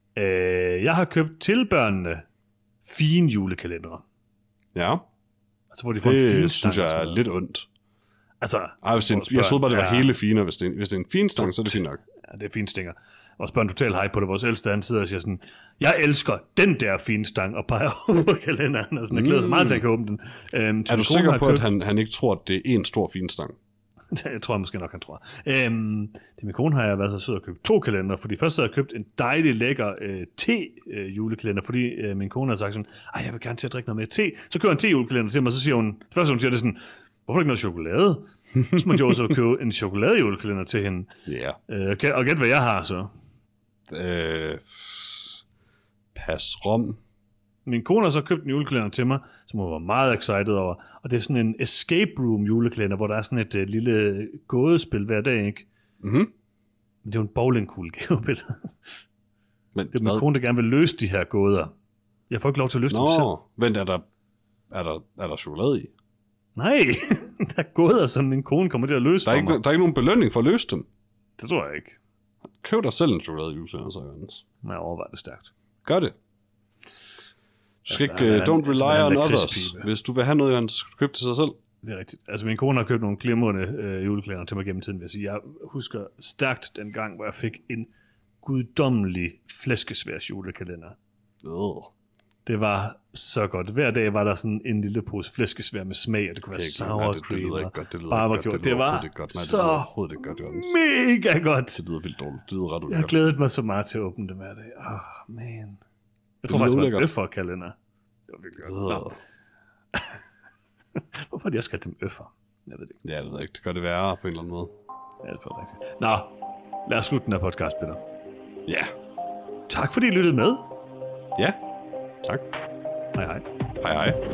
øh, jeg har købt til børnene fine julekalendere. Ja. Altså, hvor de får en fin Det synes stang og jeg er sådan noget. lidt ondt. Altså, Ej, hvis det er en, vores jeg troede bare, det var børn er- hele fine. Hvis det, er, hvis det er en fin stang, så er det fint nok. Ja, det er fint stinger. Vores børn totalt hype på det. Vores ældste, han sidder og siger sådan, jeg elsker den der fine stang, og peger over på kalenderen, og sådan, jeg glæder sig meget til at kan åbne den. Øhm, Er du sikker på, at han, han ikke tror, at det er en stor fin stang? Jeg tror måske nok, han tror. Øhm, det min kone har jeg været så sød at købe to kalender, fordi først har jeg købt en dejlig lækker øh, te-julekalender, fordi øh, min kone har sagt sådan, ej, jeg vil gerne til at drikke noget mere te. Så køber jeg en te-julekalender til mig, og så siger hun, det første hun siger, det er sådan, hvorfor ikke noget chokolade? Så må jeg også købe en chokolade-julekalender til hende. Ja. Øh, og gæt- og gæt, hvad jeg har så. Øh, pas rom. Min kone har så købt en julekalender til mig, som hun var meget excited over. Og det er sådan en escape room julekalender, hvor der er sådan et uh, lille gådespil hver dag, ikke? Mhm. Men det er jo en bowlingkugle gavebillede. Men Det er min kone, der gerne vil løse de her gåder. Jeg får ikke lov til at løse dem selv. Nå, vent, er der, er der, er der chokolade i? Nej, der er gåder, som min kone kommer til at løse Der er, for ikke, mig. der er ikke nogen belønning for at løse dem. Det tror jeg ikke. Køb dig selv en chokolade julekalender, så Jørgens. Jeg overvejer det stærkt. Gør det. Du skal Ja, ikke, han uh, er- don't han er rely en on others. lakridspibe. Hvis du vil have noget, Jørgens, køb til sig selv. Det er rigtigt. Altså, min kone har købt nogle glimrende øh, julekalender til mig gennem tiden, vil jeg sige. Jeg husker stærkt den gang, hvor jeg fik en guddommelig flæskesværs julekalender. Øh. Det var så godt. Hver dag var der sådan en lille pose flæskesvær med smag, og det kunne være Det, er sour ikke, nej, det, det cream lyder ikke og godt. Det lyder barbecue. ikke godt. Det, lyder var overhovedet ikke godt. Nej, det så lyder overhovedet ikke godt, Jørgens. mega godt. Det lyder vildt dårligt. Det lyder ret Jeg ulækkert. glædede mig så meget til at åbne det hver dag. Åh, oh, man. Jeg Det tror faktisk, det var lyder en øffer-kalender. Det var virkelig godt. Nå. Øh. Hvorfor har de også kaldt dem øffer? Jeg ved det ikke. Ja, det ved jeg ikke. Det gør det værre på en eller anden måde. Ja, det er rigtigt. Nå, lad os slutte den her podcast, Peter. Ja. Tak fordi I lyttede med. Ja. Tak. Hej hej. Hej hej.